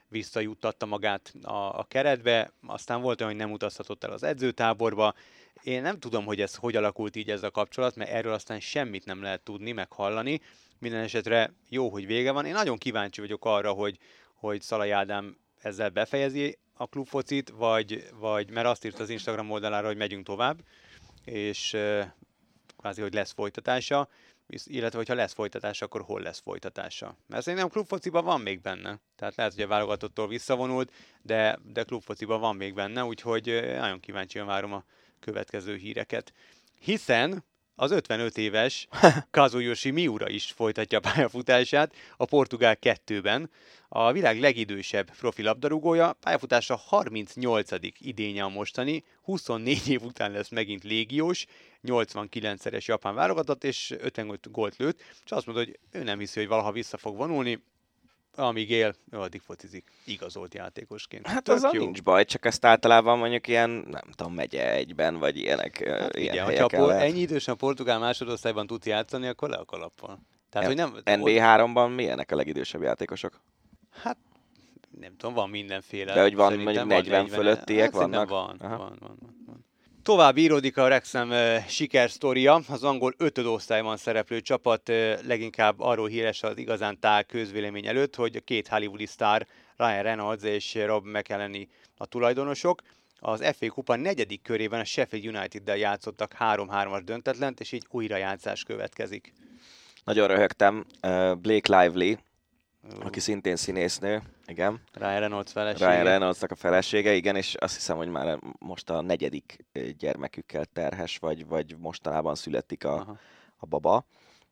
[SPEAKER 3] visszajuttatta magát a, a keretbe, aztán volt olyan, hogy nem utazhatott el az edzőtáborba. Én nem tudom, hogy ez hogy alakult így ez a kapcsolat, mert erről aztán semmit nem lehet tudni, meg hallani. Minden esetre jó, hogy vége van. Én nagyon kíváncsi vagyok arra, hogy, hogy Szalai Ádám ezzel befejezi a klubfocit, vagy, vagy mert azt írt az Instagram oldalára, hogy megyünk tovább, és e, kvázi, hogy lesz folytatása, illetve hogyha lesz folytatása, akkor hol lesz folytatása. Mert szerintem klubfociban van még benne. Tehát lehet, hogy a válogatottól visszavonult, de, de klubfociban van még benne, úgyhogy nagyon kíváncsian várom a következő híreket. Hiszen az ötvenöt éves Kazuyoshi Miura is folytatja a pályafutását a Portugál kettőben. A világ legidősebb profi labdarúgója, pályafutása harmincnyolcadik idénye a mostani, huszonnégy év után lesz megint légiós, nyolcvankilencszeres japán válogatott, és ötvenöt gólt lőtt, és azt mondta, hogy ő nem hiszi, hogy valaha vissza fog vonulni, amíg él, ő addig focizik igazolt játékosként.
[SPEAKER 2] Hát azzal nincs baj, csak ezt általában mondjuk ilyen, nem tudom, megye egyben, vagy ilyenek, hát ilyen
[SPEAKER 3] igen,
[SPEAKER 2] helyeken
[SPEAKER 3] hogyha
[SPEAKER 2] lehet.
[SPEAKER 3] Ennyi idősen a portugál másodosztályban tud játszani, akkor le a kalappal. Tehát, hogy nem,
[SPEAKER 2] en bé háromban milyenek a legidősebb játékosok?
[SPEAKER 3] Hát nem tudom, van mindenféle.
[SPEAKER 2] De hogy van
[SPEAKER 3] szerintem
[SPEAKER 2] mondjuk negyven fölöttiek
[SPEAKER 3] hát,
[SPEAKER 2] vannak?
[SPEAKER 3] Van, van, van, van, van. Tovább íródik a Wrexham uh, sikersztoria. Az angol ötödosztályban szereplő csapat uh, leginkább arról híres az igazán tág közvélemény előtt, hogy a két hollywoodi sztár, Ryan Reynolds és Rob McElhenney a tulajdonosok. Az ef á kupa negyedik körében a Sheffield United-del játszottak három-hármas döntetlent, és így újrajátszás következik.
[SPEAKER 2] Nagyon röhögtem. Uh, Blake Lively, uh. aki szintén színésznő, igen.
[SPEAKER 3] Ryan Reynolds felesége.
[SPEAKER 2] Ryan Reynoldsnak a felesége, igen, és azt hiszem, hogy már most a negyedik gyermekükkel terhes, vagy, vagy mostanában születik a, a baba.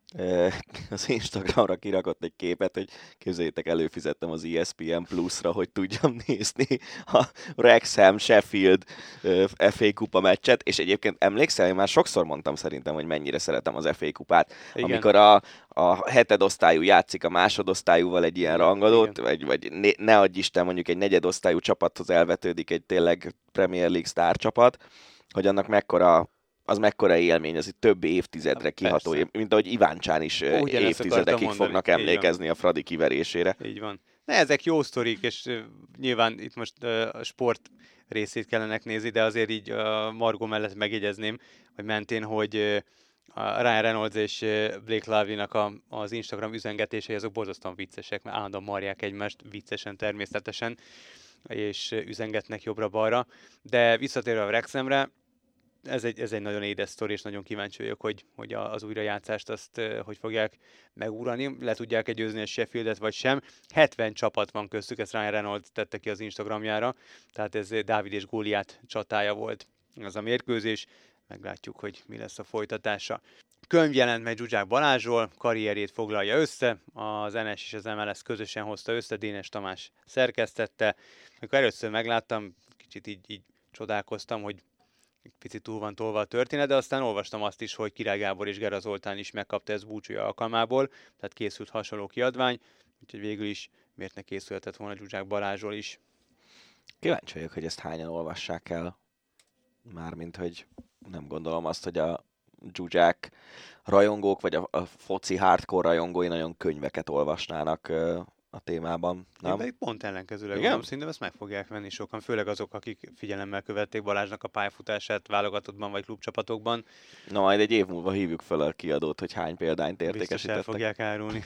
[SPEAKER 2] Az Instagramra kirakott egy képet, hogy képzeljétek, előfizettem az é es pé en Plus-ra, hogy tudjam nézni a Wrexham Sheffield ef á kupa meccset, és egyébként emlékszel, én már sokszor mondtam szerintem, hogy mennyire szeretem az ef á kupát. Igen. Amikor a, a hetedosztályú játszik a másodosztályúval egy ilyen rangadót, vagy, vagy ne, ne adj Isten, mondjuk egy negyedosztályú csapathoz elvetődik egy tényleg Premier League sztár csapat, hogy annak mekkora az mekkora élmény, az itt több évtizedre kiható, persze. Mint ahogy Iváncsán is Ó, évtizedekig fognak emlékezni a Fradi kiverésére.
[SPEAKER 3] Így van. Ne, ezek jó sztorik, és uh, nyilván itt most uh, a sport részét kellene nézni, de azért így uh, Margó mellett megjegyezném, hogy mentén, hogy uh, a Ryan Reynolds és uh, Blake Lively-nak a, az Instagram üzengetései azok borzasztóan viccesek, mert állandóan marják egymást viccesen természetesen, és uh, üzengetnek jobbra-balra. De visszatérve a Wrexhamre, Ez egy, ez egy nagyon édes sztori, és nagyon kíváncsi vagyok, hogy, hogy az újrajátszást azt uh, hogy fogják megúrani, le tudják-e győzni a Sheffieldet, vagy sem. hetven csapat van köztük, ezt Ryan Reynolds tette ki az Instagramjára, tehát ez Dávid és Góliát csatája volt az a mérkőzés. Meglátjuk, hogy mi lesz a folytatása. Könyv jelent meg Zsuzsák Balázsról, karrierjét foglalja össze, az en es és az em el es közösen hozta össze, Dénes Tamás szerkesztette. Amikor először megláttam, kicsit így, így csodálkoztam, hogy picit túl van tolva a történet, de aztán olvastam azt is, hogy Király Gábor és Gera Zoltán is megkapta ezt búcsúja alkalmából, tehát készült hasonló kiadvány, úgyhogy végül is miért ne készülhetett volna Zsuzsák Balázsról is.
[SPEAKER 2] Kíváncsi vagyok, hogy ezt hányan olvassák el. Mármint, hogy nem gondolom azt, hogy a Zsuzsák rajongók, vagy a, a foci hardcore rajongói nagyon könyveket olvasnának a témában, nem?
[SPEAKER 3] Én pedig pont ellenkezőleg gondolom, szerintem ezt meg fogják venni sokan, főleg azok, akik figyelemmel követték Balázsnak a pályafutását válogatottban vagy klubcsapatokban.
[SPEAKER 2] Na, majd egy év múlva hívjuk fel a kiadót, hogy hány példányt értékesítettek.
[SPEAKER 3] Biztos el fogják árulni.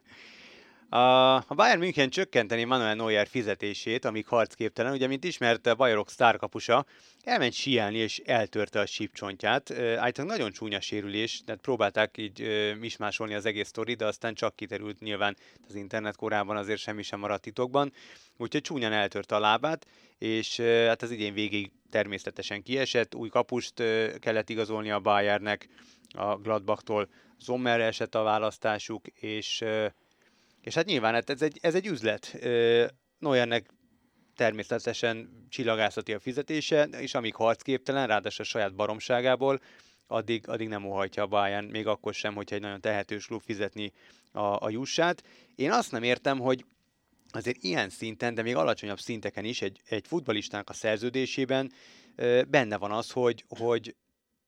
[SPEAKER 3] A Bayern München csökkenteni Manuel Neuer fizetését, amíg harcképtelen, ugye, mint ismert, a bajorok sztárkapusa elment síelni és eltörte a sípcsontját. Állítólag nagyon csúnya sérülés, tehát próbálták így mismásolni az egész sztori, de aztán csak kiterült nyilván az internet korában, azért semmi sem maradt titokban. Úgyhogy csúnyan eltörte a lábát, és hát az idén végig természetesen kiesett, új kapust kellett igazolni a Bayernnek, a Gladbachtól Sommerre esett a választásuk, és És hát nyilván hát ez, egy, ez egy üzlet. Neuernek természetesen csillagászati a fizetése, és amíg harcképtelen, ráadásul a saját baromságából, addig, addig nem óhajtja a Bayern, még akkor sem, hogyha egy nagyon tehetős klub fizetni a, a jussát. Én azt nem értem, hogy azért ilyen szinten, de még alacsonyabb szinteken is egy, egy futballistának a szerződésében benne van az, hogy, hogy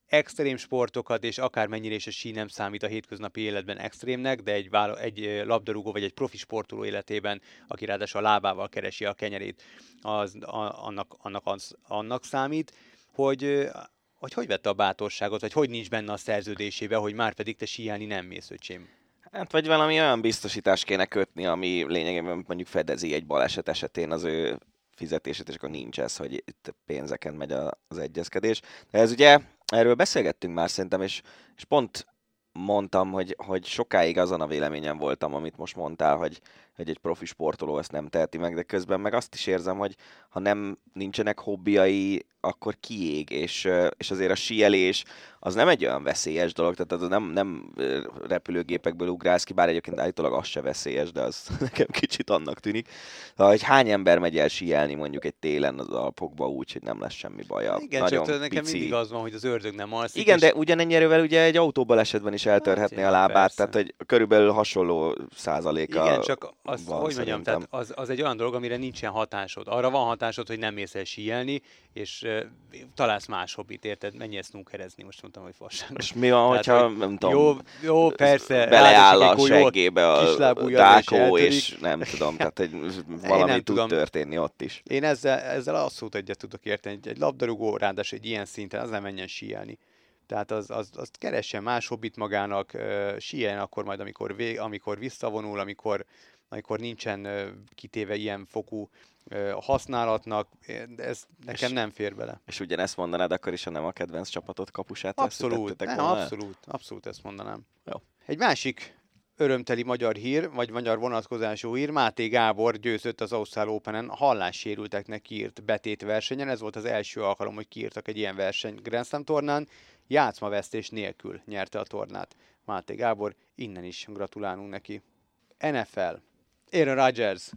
[SPEAKER 3] extrém sportokat, és akármennyire is a sí nem számít a hétköznapi életben extrémnek, de egy, vála, egy labdarúgó vagy egy profi sportoló életében, aki ráadásul a lábával keresi a kenyerét, az, a, annak, annak, az, annak számít, hogy, hogy hogy vette a bátorságot, vagy hogy nincs benne a szerződésébe, hogy már pedig te síelni nem mész, öcsém.
[SPEAKER 2] Hát vagy valami olyan biztosítást kéne kötni, ami lényegében mondjuk fedezi egy baleset esetén az ő fizetését, és akkor nincs ez, hogy itt pénzeken megy az egyezkedés. De ez ugye, erről beszélgettünk már szerintem, és, és pont mondtam, hogy, hogy sokáig azon a véleményen voltam, amit most mondtál, hogy, hogy egy profi sportoló ezt nem teheti meg, de közben meg azt is érzem, hogy ha nem nincsenek hobbiai, akkor kiég, és, és azért a síelés az nem egy olyan veszélyes dolog, tehát az nem, nem repülőgépekből ugrálsz ki, bár egyébként állítólag az se veszélyes, de az nekem kicsit annak tűnik. Hogy hány ember megy el síelni mondjuk egy télen az Alpokba úgy, hogy nem lesz semmi baja.
[SPEAKER 3] Igen,
[SPEAKER 2] nagyon
[SPEAKER 3] csak nekem
[SPEAKER 2] pici.
[SPEAKER 3] mindig az van, hogy az ördög nem alszik.
[SPEAKER 2] Igen,
[SPEAKER 3] és...
[SPEAKER 2] de ugyanennyire ugye egy autóbalesetben is eltörhetné
[SPEAKER 3] hát,
[SPEAKER 2] a lábát,
[SPEAKER 3] persze.
[SPEAKER 2] tehát hogy körülbelül hasonló százaléka.
[SPEAKER 3] Igen, csak az,
[SPEAKER 2] van,
[SPEAKER 3] hogy mondjam,
[SPEAKER 2] szerintem.
[SPEAKER 3] tehát az, az egy olyan dolog, amire nincsen hatásod. Arra van hatásod, hogy nem mész el síelni, és uh, találsz más hobbit, érted? Menj el snookerezni, most mondtam, hogy fasság.
[SPEAKER 2] És mi van,
[SPEAKER 3] Tehát,
[SPEAKER 2] hogyha,
[SPEAKER 3] hogy
[SPEAKER 2] nem tudom,
[SPEAKER 3] Jó, jó, persze.
[SPEAKER 2] beleáll a
[SPEAKER 3] ráadásul egy
[SPEAKER 2] seggébe a
[SPEAKER 3] kislábújjal
[SPEAKER 2] dákó,
[SPEAKER 3] és
[SPEAKER 2] és, és nem tudom, tehát hogy valami
[SPEAKER 3] nem
[SPEAKER 2] tud
[SPEAKER 3] tudom.
[SPEAKER 2] történni ott is.
[SPEAKER 3] Én ezzel, ezzel abszolút egyet tudok érteni. Egy, egy labdarúgó, ráadásul egy ilyen szinten, az nem menjen síelni. Tehát az, az, azt keressen más hobbit magának, uh, síeljen akkor majd, amikor, vég, amikor visszavonul, amikor, amikor nincsen uh, kitéve ilyen fokú uh, használatnak. Ez nekem
[SPEAKER 2] És-
[SPEAKER 3] nem fér bele.
[SPEAKER 2] És ugyanezt mondanád akkor is, ha nem a kedvenc csapatot kapusát
[SPEAKER 3] Abszolút,
[SPEAKER 2] veszítettetek
[SPEAKER 3] nem,
[SPEAKER 2] volna?
[SPEAKER 3] abszolút, abszolút ezt mondanám.
[SPEAKER 2] Jó.
[SPEAKER 3] Egy másik örömteli magyar hír, vagy magyar vonatkozású hír, Máté Gábor győzött az Ausztrál Openen hallássérülteknek kiírt betét versenyen. Ez volt az első alkalom, hogy kiírtak egy ilyen verseny Grand Slam tornán. Játszmavesztés nélkül nyerte a tornát. Máté Gábor, innen is gratulálunk neki. en ef el. Aaron Rodgers,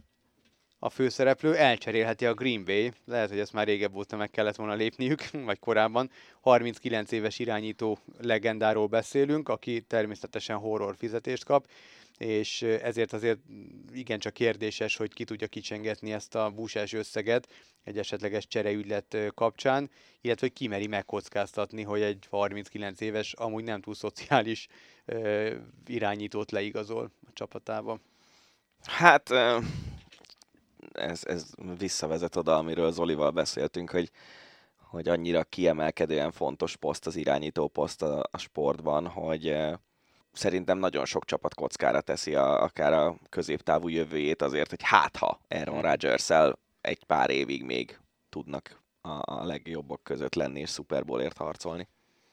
[SPEAKER 3] a főszereplő, elcserélheti a Green Bay, lehet, hogy ezt már régebb óta meg kellett volna lépniük, vagy korábban. harminckilenc éves irányító legendáról beszélünk, aki természetesen horror fizetést kap, és ezért azért igencsak kérdéses, hogy ki tudja kicsengetni ezt a búsás összeget egy esetleges csereügylet kapcsán, illetve hogy ki meri megkockáztatni, hogy egy harminckilenc éves, amúgy nem túl szociális ö, irányítót leigazol a csapatába.
[SPEAKER 2] Hát ö, ez, ez visszavezet oda, amiről Zolival beszéltünk, hogy, hogy annyira kiemelkedően fontos poszt az irányító poszt a, a sportban, hogy ö, szerintem nagyon sok csapat kockára teszi a, akár a középtávú jövőjét azért, hogy hát ha Aaron Rodgers-szel egy pár évig még tudnak a, a legjobbak között lenni és Super Bowlért harcolni.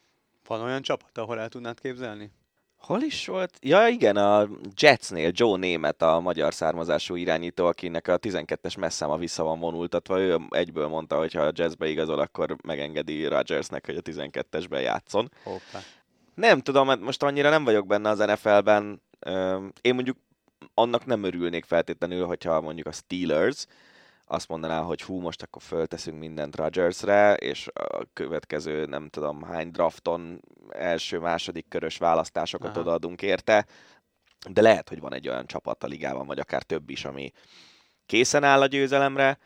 [SPEAKER 3] Van olyan csapat, ahol el tudnád képzelni?
[SPEAKER 2] Hol is volt? Ja igen, a Jetsnél Joe Namath, a magyar származású irányító, akinek a tizenkettes messzáma vissza van vonultatva. Ő egyből mondta, hogy ha a Jetsbe igazol, akkor megengedi Rodgersnek, hogy a tizenkettesben játszon.
[SPEAKER 3] Hoppá.
[SPEAKER 2] Nem tudom, mert most annyira nem vagyok benne az en ef el-ben. Én mondjuk annak nem örülnék feltétlenül, hogyha mondjuk a Steelers azt mondaná, hogy hú, most akkor fölteszünk mindent Rodgersre, és a következő, nem tudom, hány drafton első, második körös választásokat
[SPEAKER 3] Aha.
[SPEAKER 2] odaadunk érte, de lehet, hogy van egy olyan csapat a ligában, vagy akár több is, ami készen áll a győzelemre,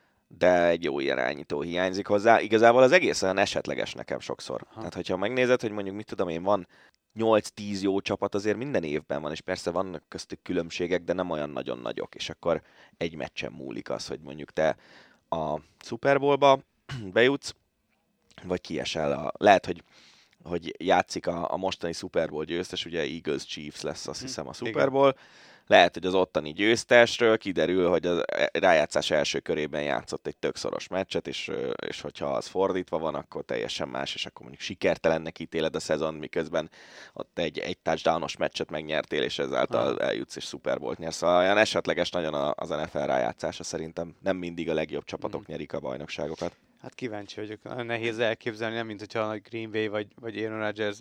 [SPEAKER 2] de egy jó irányító hiányzik hozzá. Igazából az egész olyan esetleges nekem sokszor.
[SPEAKER 3] Aha.
[SPEAKER 2] Tehát, hogyha megnézed, hogy mondjuk mit tudom én, van nyolc-tíz jó csapat azért minden évben van, és persze vannak köztük különbségek, de nem olyan nagyon nagyok, és akkor egy meccsen múlik az, hogy mondjuk te a Super Bowlba bejutsz, vagy kiesel. A, lehet, hogy, hogy játszik a, a mostani Super Bowl győztes, ugye Eagles Chiefs lesz, azt hiszem, a Super Bowl. Lehet, hogy az ottani győztesről kiderül, hogy a rájátszás első körében játszott egy tök szoros meccset, és, és hogyha az fordítva van, akkor teljesen más, és akkor mondjuk sikertelennek ítéled a szezon, miközben ott egy, egy touchdownos meccset megnyertél, és ezáltal eljutsz és Super Bowl-t nyersz. Szóval olyan esetleges nagyon az en ef el rájátszása, szerintem nem mindig a legjobb csapatok mm. nyerik a bajnokságokat.
[SPEAKER 3] Hát kíváncsi vagyok. Nagyon nehéz elképzelni, nem mint hogyha a Green Bay vagy, vagy Aaron Rodgers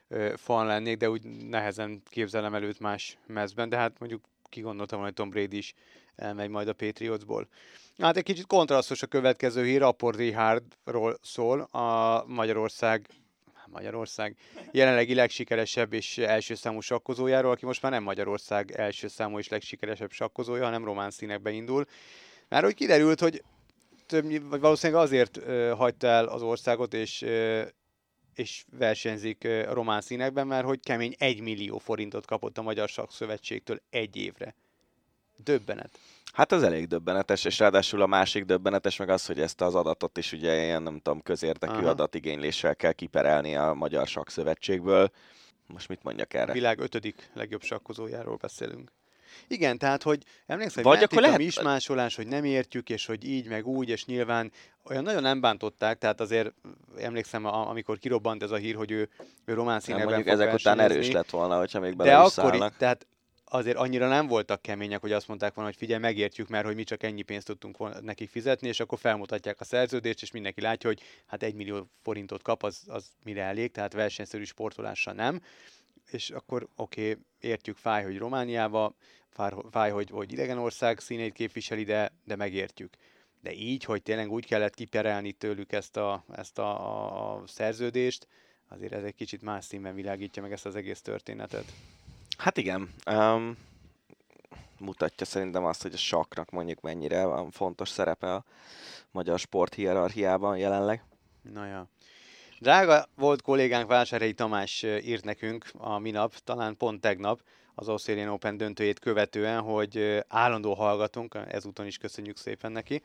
[SPEAKER 3] fan lennék, de úgy nehezen képzelem előtt más mezben, de hát mondjuk kigondoltam, hogy Tom Brady is elmegy majd a Patriotsból. Hát egy kicsit kontrasztos a következő hír, Apor Richardról szól, a Magyarország Magyarország jelenlegi legsikeresebb és első számú sakkozójáról, aki most már nem Magyarország első számú és legsikeresebb sakkozója, hanem román színekbe indul. Már hogy kiderült, hogy több, vagy valószínűleg azért ö, hagyta el az országot, és ö, és versenyzik a román színekben, mert hogy kemény egy millió forintot kapott a Magyar Sakszövetségtől egy évre. Döbbenet.
[SPEAKER 2] Hát ez elég döbbenetes, és ráadásul a másik döbbenetes meg az, hogy ezt az adatot is ugye ilyen, nem tudom, közérdekű
[SPEAKER 3] Aha.
[SPEAKER 2] adatigényléssel kell kiperelni a Magyar Sakszövetségből. Most mit mondjak erre?
[SPEAKER 3] A világ ötödik legjobb sakkozójáról beszélünk. Igen, tehát, hogy emlékszem,
[SPEAKER 2] Vagy
[SPEAKER 3] hogy
[SPEAKER 2] akkor
[SPEAKER 3] lehet... a
[SPEAKER 2] lehet-
[SPEAKER 3] mismásolás, hogy nem értjük, és hogy így, meg úgy, és nyilván olyan nagyon nem bántották, tehát azért emlékszem, a- amikor kirobbant ez a hír, hogy ő, ő román
[SPEAKER 2] Nem,
[SPEAKER 3] színekben
[SPEAKER 2] mondjuk
[SPEAKER 3] fog
[SPEAKER 2] ezek után
[SPEAKER 3] versenyezni.
[SPEAKER 2] erős lett volna, hogyha még
[SPEAKER 3] De
[SPEAKER 2] bele is
[SPEAKER 3] akkor,
[SPEAKER 2] szállnak.
[SPEAKER 3] i- tehát azért annyira nem voltak kemények, hogy azt mondták volna, hogy figyelj, megértjük, mert hogy mi csak ennyi pénzt tudtunk volna nekik fizetni, és akkor felmutatják a szerződést, és mindenki látja, hogy hát egy millió forintot kap, az, az mire elég, tehát versenyszerű sportolással nem. És akkor oké, okay, értjük, fáj, hogy Romániába, fáj, fáj hogy, hogy idegen ország színeit képviseli, de, de megértjük. De így, hogy tényleg úgy kellett kiperelni tőlük ezt a, ezt a, a, a szerződést, azért ez egy kicsit más színben világítja meg ezt az egész történetet.
[SPEAKER 2] Hát igen, um, mutatja szerintem azt, hogy a sakknak mondjuk mennyire van fontos szerepe a magyar sport hierarchiában jelenleg.
[SPEAKER 3] Na ja. Drága volt kollégánk Vásárhelyi Tamás írt nekünk a minap, talán pont tegnap, az Australian Open döntőjét követően, hogy állandó hallgatunk, ezúton is köszönjük szépen neki,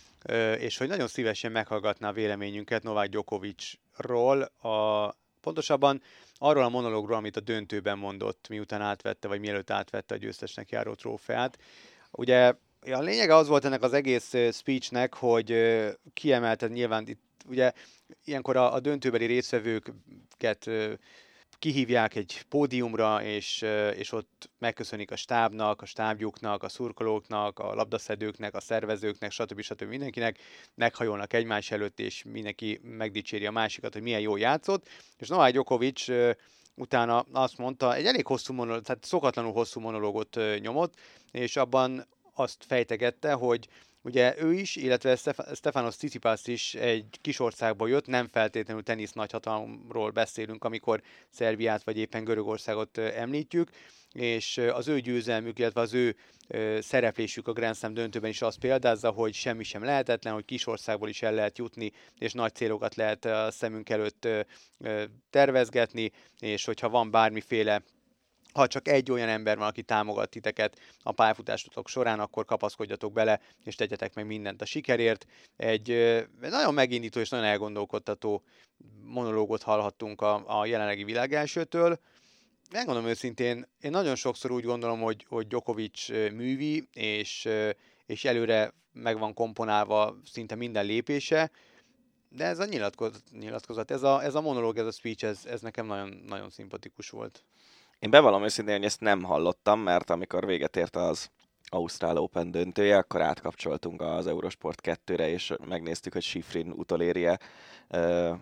[SPEAKER 3] és hogy nagyon szívesen meghallgatná a véleményünket Novák Djokovicról, a, pontosabban arról a monológról, amit a döntőben mondott, miután átvette, vagy mielőtt átvette a győztesnek járó trófeát. Ugye a lényege az volt ennek az egész speechnek, hogy kiemelte nyilván itt, ugye ilyenkor a, a döntőbeli résztvevőket kihívják egy pódiumra, és, és ott megköszönik a stábnak, a stábjuknak, a szurkolóknak, a labdaszedőknek, a szervezőknek, stb. stb. Mindenkinek, meghajolnak egymás előtt, és mindenki megdicséri a másikat, hogy milyen jól játszott. És Novák Djokovic utána azt mondta, egy elég hosszú monológ, tehát szokatlanul hosszú monológot nyomott, és abban azt fejtegette, hogy ugye ő is, illetve Stefanos Tsitsipas is egy kis országból jött, nem feltétlenül tenisz nagyhatalomról beszélünk, amikor Szerbiát vagy éppen Görögországot említjük, és az ő győzelmük, illetve az ő szereplésük a Grand Slam döntőben is azt példázza, hogy semmi sem lehetetlen, hogy kis országból is el lehet jutni, és nagy célokat lehet a szemünk előtt tervezgetni, és hogyha van bármiféle, ha csak egy olyan ember van, aki támogat titeket a pályafutásotok során, akkor kapaszkodjatok bele, és tegyetek meg mindent a sikerért. Egy nagyon megindító és nagyon elgondolkodtató monológot hallhattunk a, a jelenlegi világ elsőtől. Megmondom őszintén, én nagyon sokszor úgy gondolom, hogy, hogy Djokovic művi, és, és előre meg van komponálva szinte minden lépése, de ez a nyilatkozat, nyilatkozat ez, a, ez a monológ, ez a speech, ez, ez nekem nagyon, nagyon szimpatikus volt.
[SPEAKER 2] Én bevallom őszintén, hogy ezt nem hallottam, mert amikor véget ért az Ausztrál Open döntője, akkor átkapcsoltunk az Eurosport kettőre, és megnéztük, hogy Schifrin utolérje uh,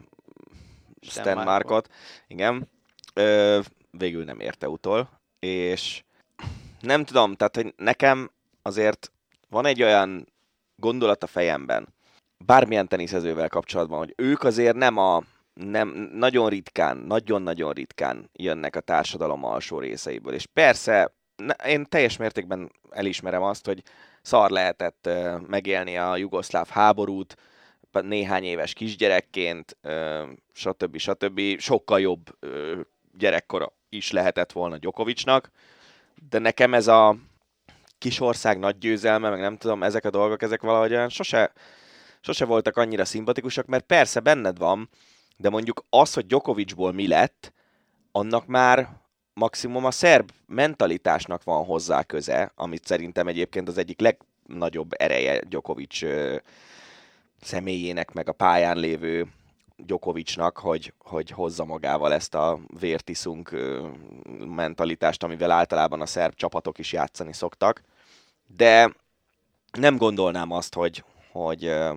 [SPEAKER 2] Stenmarkot. Igen. Uh, végül nem érte utol, és nem tudom, tehát hogy nekem azért van egy olyan gondolat a fejemben, bármilyen teniszezővel kapcsolatban, hogy ők azért nem a nem, nagyon ritkán, nagyon-nagyon ritkán jönnek a társadalom alsó részeiből. És persze, én teljes mértékben elismerem azt, hogy szar lehetett uh, megélni a jugoszláv háborút, néhány éves kisgyerekként, uh, stb. stb. Sokkal jobb uh, gyerekkora is lehetett volna Djokovicnak, de nekem ez a kis ország nagy győzelme, meg nem tudom, ezek a dolgok, ezek valahogy olyan sose, sose voltak annyira szimpatikusak, mert persze benned van, de mondjuk az, hogy Djokovicból mi lett, annak már maximum a szerb mentalitásnak van hozzá köze, amit szerintem egyébként az egyik legnagyobb ereje Djokovic ö, személyének, meg a pályán lévő Djokovicnak, hogy, hogy hozza magával ezt a vértiszunk ö, mentalitást, amivel általában a szerb csapatok is játszani szoktak. De nem gondolnám azt, hogy, hogy ö,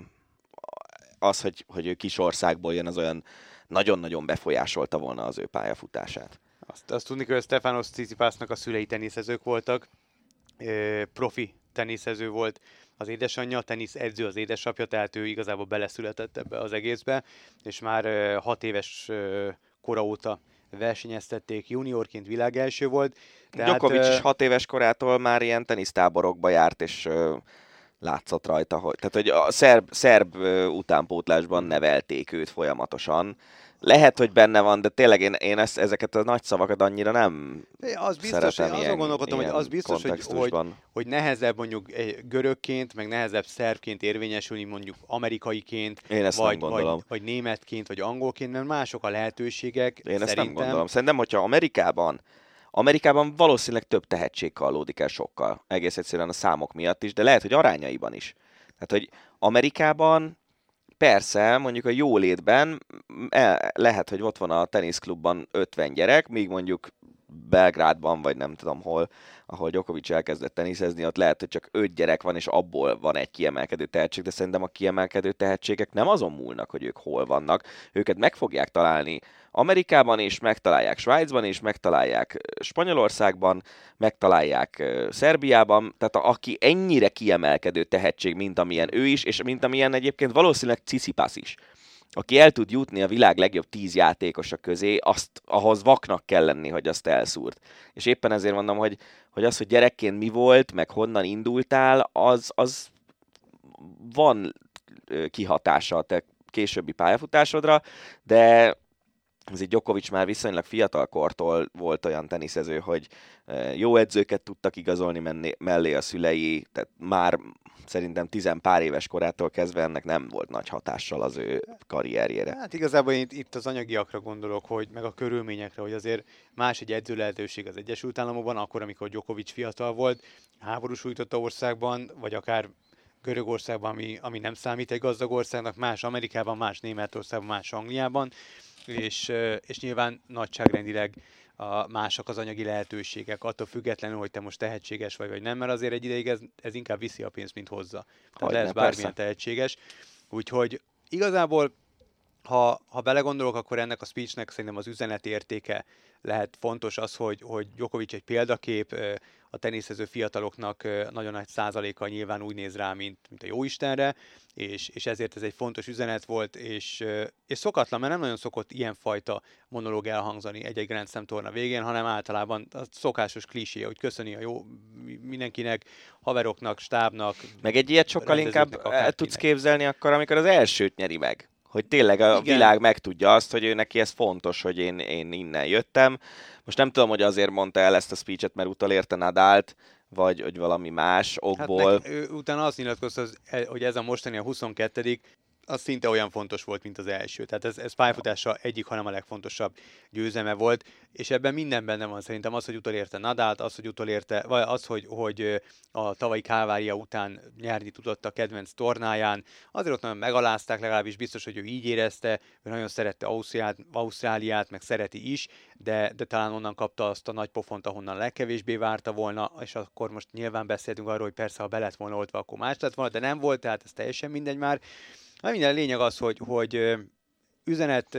[SPEAKER 2] az, hogy, hogy ő kis országból jön, az olyan nagyon-nagyon befolyásolta volna az ő pályafutását.
[SPEAKER 3] Azt, azt tudni, hogy Stefanos Tsitsipasnak a szülei teniszezők voltak, e, profi teniszező volt az édesanyja, teniszedző az édesapja, tehát ő igazából beleszületett ebbe az egészbe, és már e, hat éves e, kora óta versenyeztették, juniorként világelső volt.
[SPEAKER 2] Tehát, Djokovic is hat éves korától már ilyen tenisztáborokba járt, és e, látszott rajta, hogy, tehát, hogy a szerb, szerb utánpótlásban nevelték őt folyamatosan. lehet, hogy benne van, de tényleg én, én ezt, ezeket a nagy szavakat annyira nem
[SPEAKER 3] az biztos,
[SPEAKER 2] szeretem
[SPEAKER 3] azon
[SPEAKER 2] ilyen,
[SPEAKER 3] gondolkodtam, hogy
[SPEAKER 2] ilyen
[SPEAKER 3] az biztos, hogy, hogy, hogy nehezebb mondjuk egy görögként, meg nehezebb szerbként érvényesülni mondjuk amerikaiként,
[SPEAKER 2] én ezt
[SPEAKER 3] vagy,
[SPEAKER 2] nem gondolom.
[SPEAKER 3] vagy, vagy németként, vagy angolként, mert mások a lehetőségek.
[SPEAKER 2] Én ezt
[SPEAKER 3] szerintem.
[SPEAKER 2] nem gondolom. Szerintem, hogyha Amerikában Amerikában valószínűleg több tehetség kallódik el sokkal. Egész egyszerűen a számok miatt is, de lehet, hogy arányaiban is. Tehát, hogy Amerikában persze, mondjuk a jólétben el, lehet, hogy ott van a teniszklubban ötven gyerek, míg mondjuk Belgrádban, vagy nem tudom hol, ahol Djokovic elkezdett teniszezni, ott lehet, hogy csak öt gyerek van, és abból van egy kiemelkedő tehetség, de szerintem a kiemelkedő tehetségek nem azon múlnak, hogy ők hol vannak. Őket meg fogják találni Amerikában is, megtalálják Svájcban is, megtalálják Spanyolországban, megtalálják Szerbiában, tehát a, aki ennyire kiemelkedő tehetség, mint amilyen ő is, és mint amilyen egyébként valószínűleg Tsitsipas is, aki el tud jutni a világ legjobb tíz játékosa közé, azt ahhoz vaknak kell lenni, hogy azt elszúrt. És éppen ezért mondom, hogy, hogy az, hogy gyerekként mi volt, meg honnan indultál, az, az van kihatása a te későbbi pályafutásodra, de azért Djokovic már viszonylag fiatal kortól volt olyan teniszező, hogy jó edzőket tudtak igazolni mellé a szülei, tehát már szerintem tizen pár éves korától kezdve ennek nem volt nagy hatással az ő karrierjére.
[SPEAKER 3] Hát igazából itt, itt az anyagiakra gondolok, hogy meg a körülményekre, hogy azért más egy edző lehetőség az Egyesült Államokban, akkor, amikor Djokovic fiatal volt, háború sújtotta országban, vagy akár Görögországban, ami, ami nem számít egy gazdag országnak, más Amerikában, más Németországban, más Angliában, és, és nyilván nagyságrendileg a mások az anyagi lehetőségek, attól függetlenül, hogy te most tehetséges vagy, vagy nem, mert azért egy ideig ez, ez inkább viszi a pénzt, mint hozza. Tehát lesz bármilyen persze. Tehetséges. Úgyhogy igazából, ha, ha belegondolok, akkor ennek a speechnek szerintem az üzeneti értéke lehet fontos az, hogy, hogy Djokovic egy példakép, a teniszező fiataloknak nagyon nagy százaléka nyilván úgy néz rá, mint, mint a jóistenre, és, és ezért ez egy fontos üzenet volt, és, és szokatlan, mert nem nagyon szokott ilyenfajta monológ elhangzani egy-egy Grand Slam torna végén, hanem általában a szokásos klisé, hogy köszöni a jó mindenkinek, haveroknak, stábnak.
[SPEAKER 2] Meg egy ilyet sokkal inkább el tudsz képzelni akkor, amikor az elsőt nyeri meg. Hogy tényleg a Igen. világ megtudja azt, hogy ő neki ez fontos, hogy én, én innen jöttem. Most nem tudom, hogy azért mondta el ezt a speechet, mert utolérte Nadált, vagy hogy valami más okból.
[SPEAKER 3] Hát meg, ő, utána azt nyilatkozta, hogy ez a mostani a huszonkettedik az szinte olyan fontos volt, mint az első. Tehát ez, ez pályafutása egyik, hanem a legfontosabb győzelme volt, és ebben minden benne van szerintem az, hogy utolérte Nadált, az, hogy utolérte, vagy az, hogy, hogy a tavalyi kávária után nyerni tudott a kedvenc tornáján. Azért ott nagyon megalázták, legalábbis biztos, hogy ő így érezte, ő nagyon szerette Ausztriát, Ausztráliát, meg szereti is, de, de talán onnan kapta azt a nagy pofont, ahonnan legkevésbé várta volna, és akkor most nyilván beszéltünk arról, hogy persze, ha be lett volna oltva, akkor más lett volna, de nem volt, tehát ez teljesen mindegy már. Na, minden lényeg az, hogy, hogy üzenet,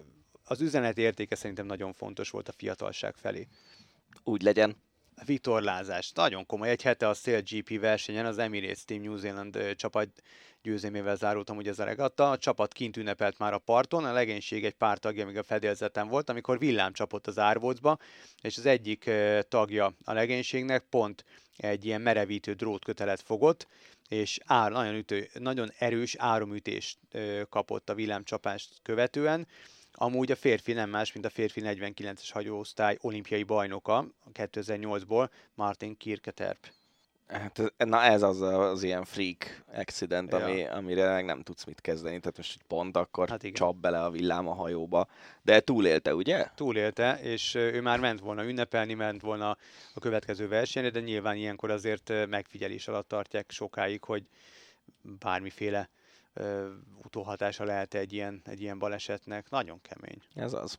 [SPEAKER 3] az üzenet értéke szerintem nagyon fontos volt a fiatalság felé.
[SPEAKER 2] Úgy legyen.
[SPEAKER 3] A vitorlázás. Nagyon komoly. Egy hete a Sail gé pé versenyen az Emirates Team New Zealand csapat győzelmével zárultam ugye ez a regatta. A csapat kint ünnepelt már a parton, a legénység egy pár tagja még a fedélzeten volt, amikor villám csapott az árvócba, és az egyik tagja a legénységnek pont egy ilyen merevítő drótkötelet fogott, és ár, nagyon, ütő, nagyon erős áramütést ö, kapott a villámcsapást követően. Amúgy a férfi nem más, mint a férfi negyvenkilences hajóosztály olimpiai bajnoka kétezer-nyolcból, Martin Kirketerp.
[SPEAKER 2] Hát, na ez az az ilyen freak accident,
[SPEAKER 3] Ja.
[SPEAKER 2] ami, amire meg nem tudsz mit kezdeni, tehát most pont akkor
[SPEAKER 3] Hát
[SPEAKER 2] csap bele a villám a hajóba. De túlélte, ugye?
[SPEAKER 3] Túlélte, és ő már ment volna ünnepelni, ment volna a következő versenyre, de nyilván ilyenkor azért megfigyelés alatt tartják sokáig, hogy bármiféle uh, utóhatása lehet egy ilyen, egy ilyen balesetnek. Nagyon kemény.
[SPEAKER 2] Ez az.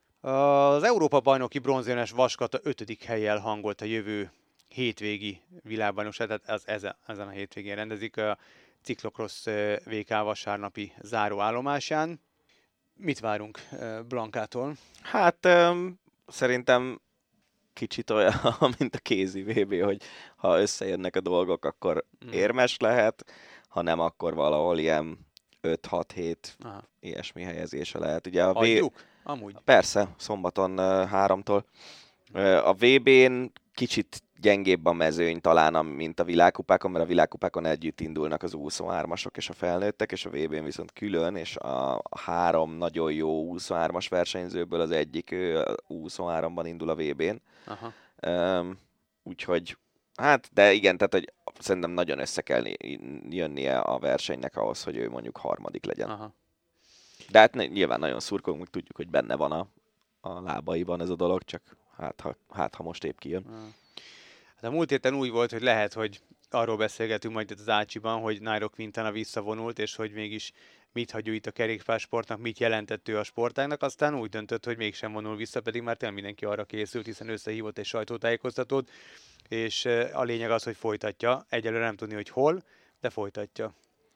[SPEAKER 3] Az Európa-bajnoki bronzérmes Vaskata ötödik hellyel hangolt a jövő hétvégi világbajnokság, tehát az ezen, ezen a hétvégén rendezik a Cyclocross vé ká vasárnapi záróállomásán. Mit várunk Blankától?
[SPEAKER 2] Hát um, szerintem kicsit olyan, mint a kézi vé bé, hogy ha összejönnek a dolgok, akkor mm. érmes lehet, ha nem, akkor valahol ilyen öt-hat-hét ilyesmi helyezése lehet. Ugye a
[SPEAKER 3] Adjuk? V... Amúgy.
[SPEAKER 2] Persze, szombaton uh, háromtól. Uh, a vé bén kicsit gyengébb a mezőny talán, mint a világkupákon, mert a világkupákon együtt indulnak az U huszonhármasok és a felnőttek, és a vé bén viszont külön, és a három nagyon jó U huszonhármas versenyzőből az egyik ő U huszonháromban indul a vé bén. Aha. Um, úgyhogy, hát, de igen, tehát hogy szerintem nagyon össze kell jönnie a versenynek ahhoz, hogy ő mondjuk harmadik legyen. Aha. De hát nyilván nagyon szurkolunk, tudjuk, hogy benne van a, a lábaiban ez a dolog, csak hát ha, hát, ha most épp kijön.
[SPEAKER 3] Hát a múlt héten úgy volt, hogy lehet, hogy arról beszélgetünk majd itt az Ácsiban, hogy Nairo Quintana visszavonult, és hogy mégis mit hagy ő itt a kerékpársportnak, mit jelentett ő a sportágnak, aztán úgy döntött, hogy mégsem vonul vissza, pedig már tényleg mindenki arra készült, hiszen összehívott egy sajtótájékoztatót, és a lényeg az, hogy folytatja. Egyelőre nem tudni, hogy hol, de folytatja.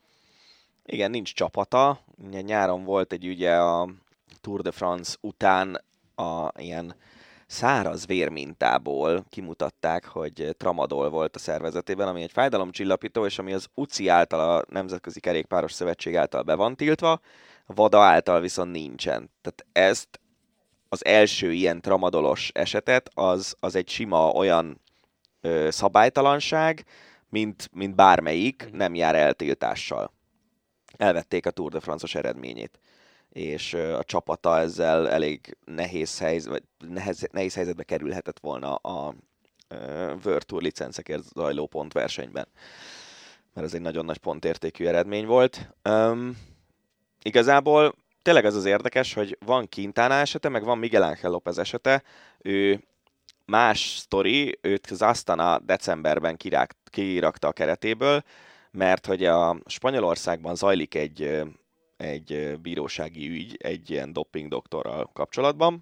[SPEAKER 2] Igen, nincs csapata. Nyáron volt egy ugye a Tour de France után a ilyen száraz vérmintából kimutatták, hogy tramadol volt a szervezetében, ami egy fájdalomcsillapító, és ami az u cé i által, a Nemzetközi Kerékpáros Szövetség által be van tiltva, a VADA által viszont nincsen. Tehát ezt az első ilyen tramadolos esetet, az, az egy sima olyan ö, szabálytalanság, mint, mint bármelyik, nem jár eltiltással. Elvették a Tour de France-os eredményét, és a csapata ezzel elég nehéz, helyz, vagy nehez, nehéz helyzetbe kerülhetett volna a, a World Tour licencekért zajló pontversenyben, mert ez egy nagyon nagy pontértékű eredmény volt. Um, igazából tényleg az az érdekes, hogy van Quintana esete, meg van Miguel Ángel López esete. Ő más sztori, őt az Astana decemberben kirák, kirakta a keretéből, mert hogy a Spanyolországban zajlik egy, egy bírósági ügy egy ilyen doping doktorral kapcsolatban,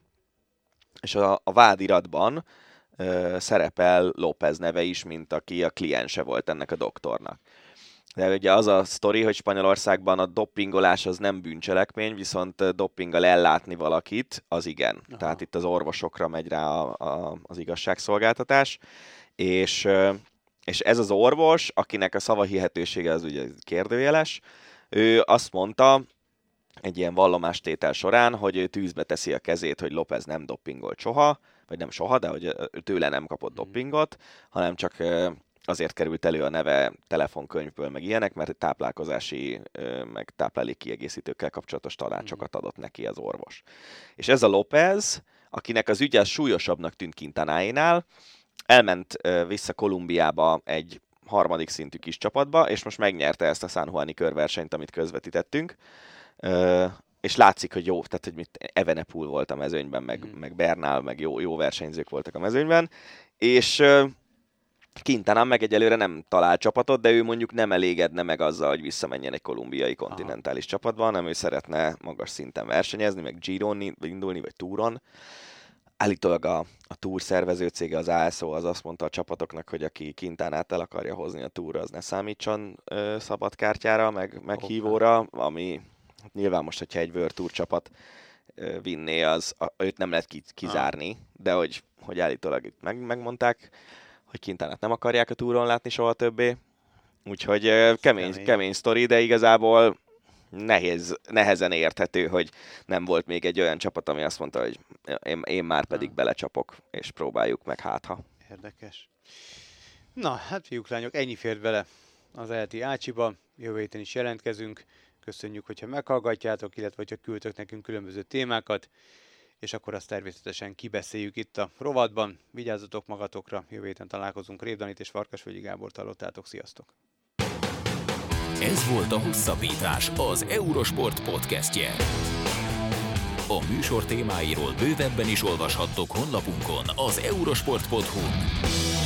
[SPEAKER 2] és a, a vádiratban ö, szerepel López neve is, mint aki a kliense volt ennek a doktornak. De ugye az a sztori, hogy Spanyolországban a dopingolás az nem bűncselekmény, viszont dopinggal ellátni valakit, az igen. Aha. Tehát itt az orvosokra megy rá a, a, az igazságszolgáltatás, és... És ez az orvos, akinek a szavahihetősége az ugye kérdőjeles, ő azt mondta egy ilyen vallomástétel során, hogy ő tűzbe teszi a kezét, hogy López nem dopingolt soha, vagy nem soha, de hogy tőle nem kapott dopingot, hanem csak azért került elő a neve telefonkönyvből, meg ilyenek, mert táplálkozási, meg táplálékkiegészítőkkel kapcsolatos tanácsokat adott neki az orvos. És ez a López, akinek az ügye súlyosabbnak tűnt Quintanáénál, elment uh, vissza Kolumbiába egy harmadik szintű kis csapatba, és most megnyerte ezt a San Juani körversenyt, amit közvetítettünk. Uh, és látszik, hogy jó, tehát hogy mit Evenepoel volt a mezőnyben, meg, mm. meg Bernal, meg jó, jó versenyzők voltak a mezőnyben, és uh, Quintana meg egyelőre nem talál csapatot, de ő mondjuk nem elégedne meg azzal, hogy visszamenjen egy kolumbiai kontinentális Aha. csapatba, hanem ő szeretne magas szinten versenyezni, meg Giron indulni, vagy Touron. Állítólag a, a Tour szervező cége, az á es o, az azt mondta a csapatoknak, hogy aki Quintanát el akarja hozni a Tourra, az ne számítson ö, szabadkártyára, meg, meg hívóra, ami nyilván most, hogyha egy World Tour csapat ö, vinné, az a, őt nem lehet kizárni, ah. de hogy, hogy állítólag itt meg, megmondták, hogy Quintanát nem akarják a Touron látni soha többé. Úgyhogy ö, kemény, kemény. kemény sztori, de igazából Nehéz, nehezen érthető, hogy nem volt még egy olyan csapat, ami azt mondta, hogy én, én már pedig Na. belecsapok, és próbáljuk meg hátha.
[SPEAKER 3] Érdekes. Na, hát fiúk, lányok, ennyi fért bele az é el té Ácsiba. Jövő héten is jelentkezünk. Köszönjük, hogyha meghallgatjátok, illetve hogyha küldtök nekünk különböző témákat, és akkor azt természetesen kibeszéljük itt a rovatban. Vigyázzatok magatokra, jövő héten találkozunk. Rév Danit és Farkasvölgyi Gábort hallottátok. Sziasztok!
[SPEAKER 1] Ez volt a Hosszabbítás, az Eurosport podcastje. A műsor témáiról bővebben is olvashattok honlapunkon, az eurosport pont hu-n.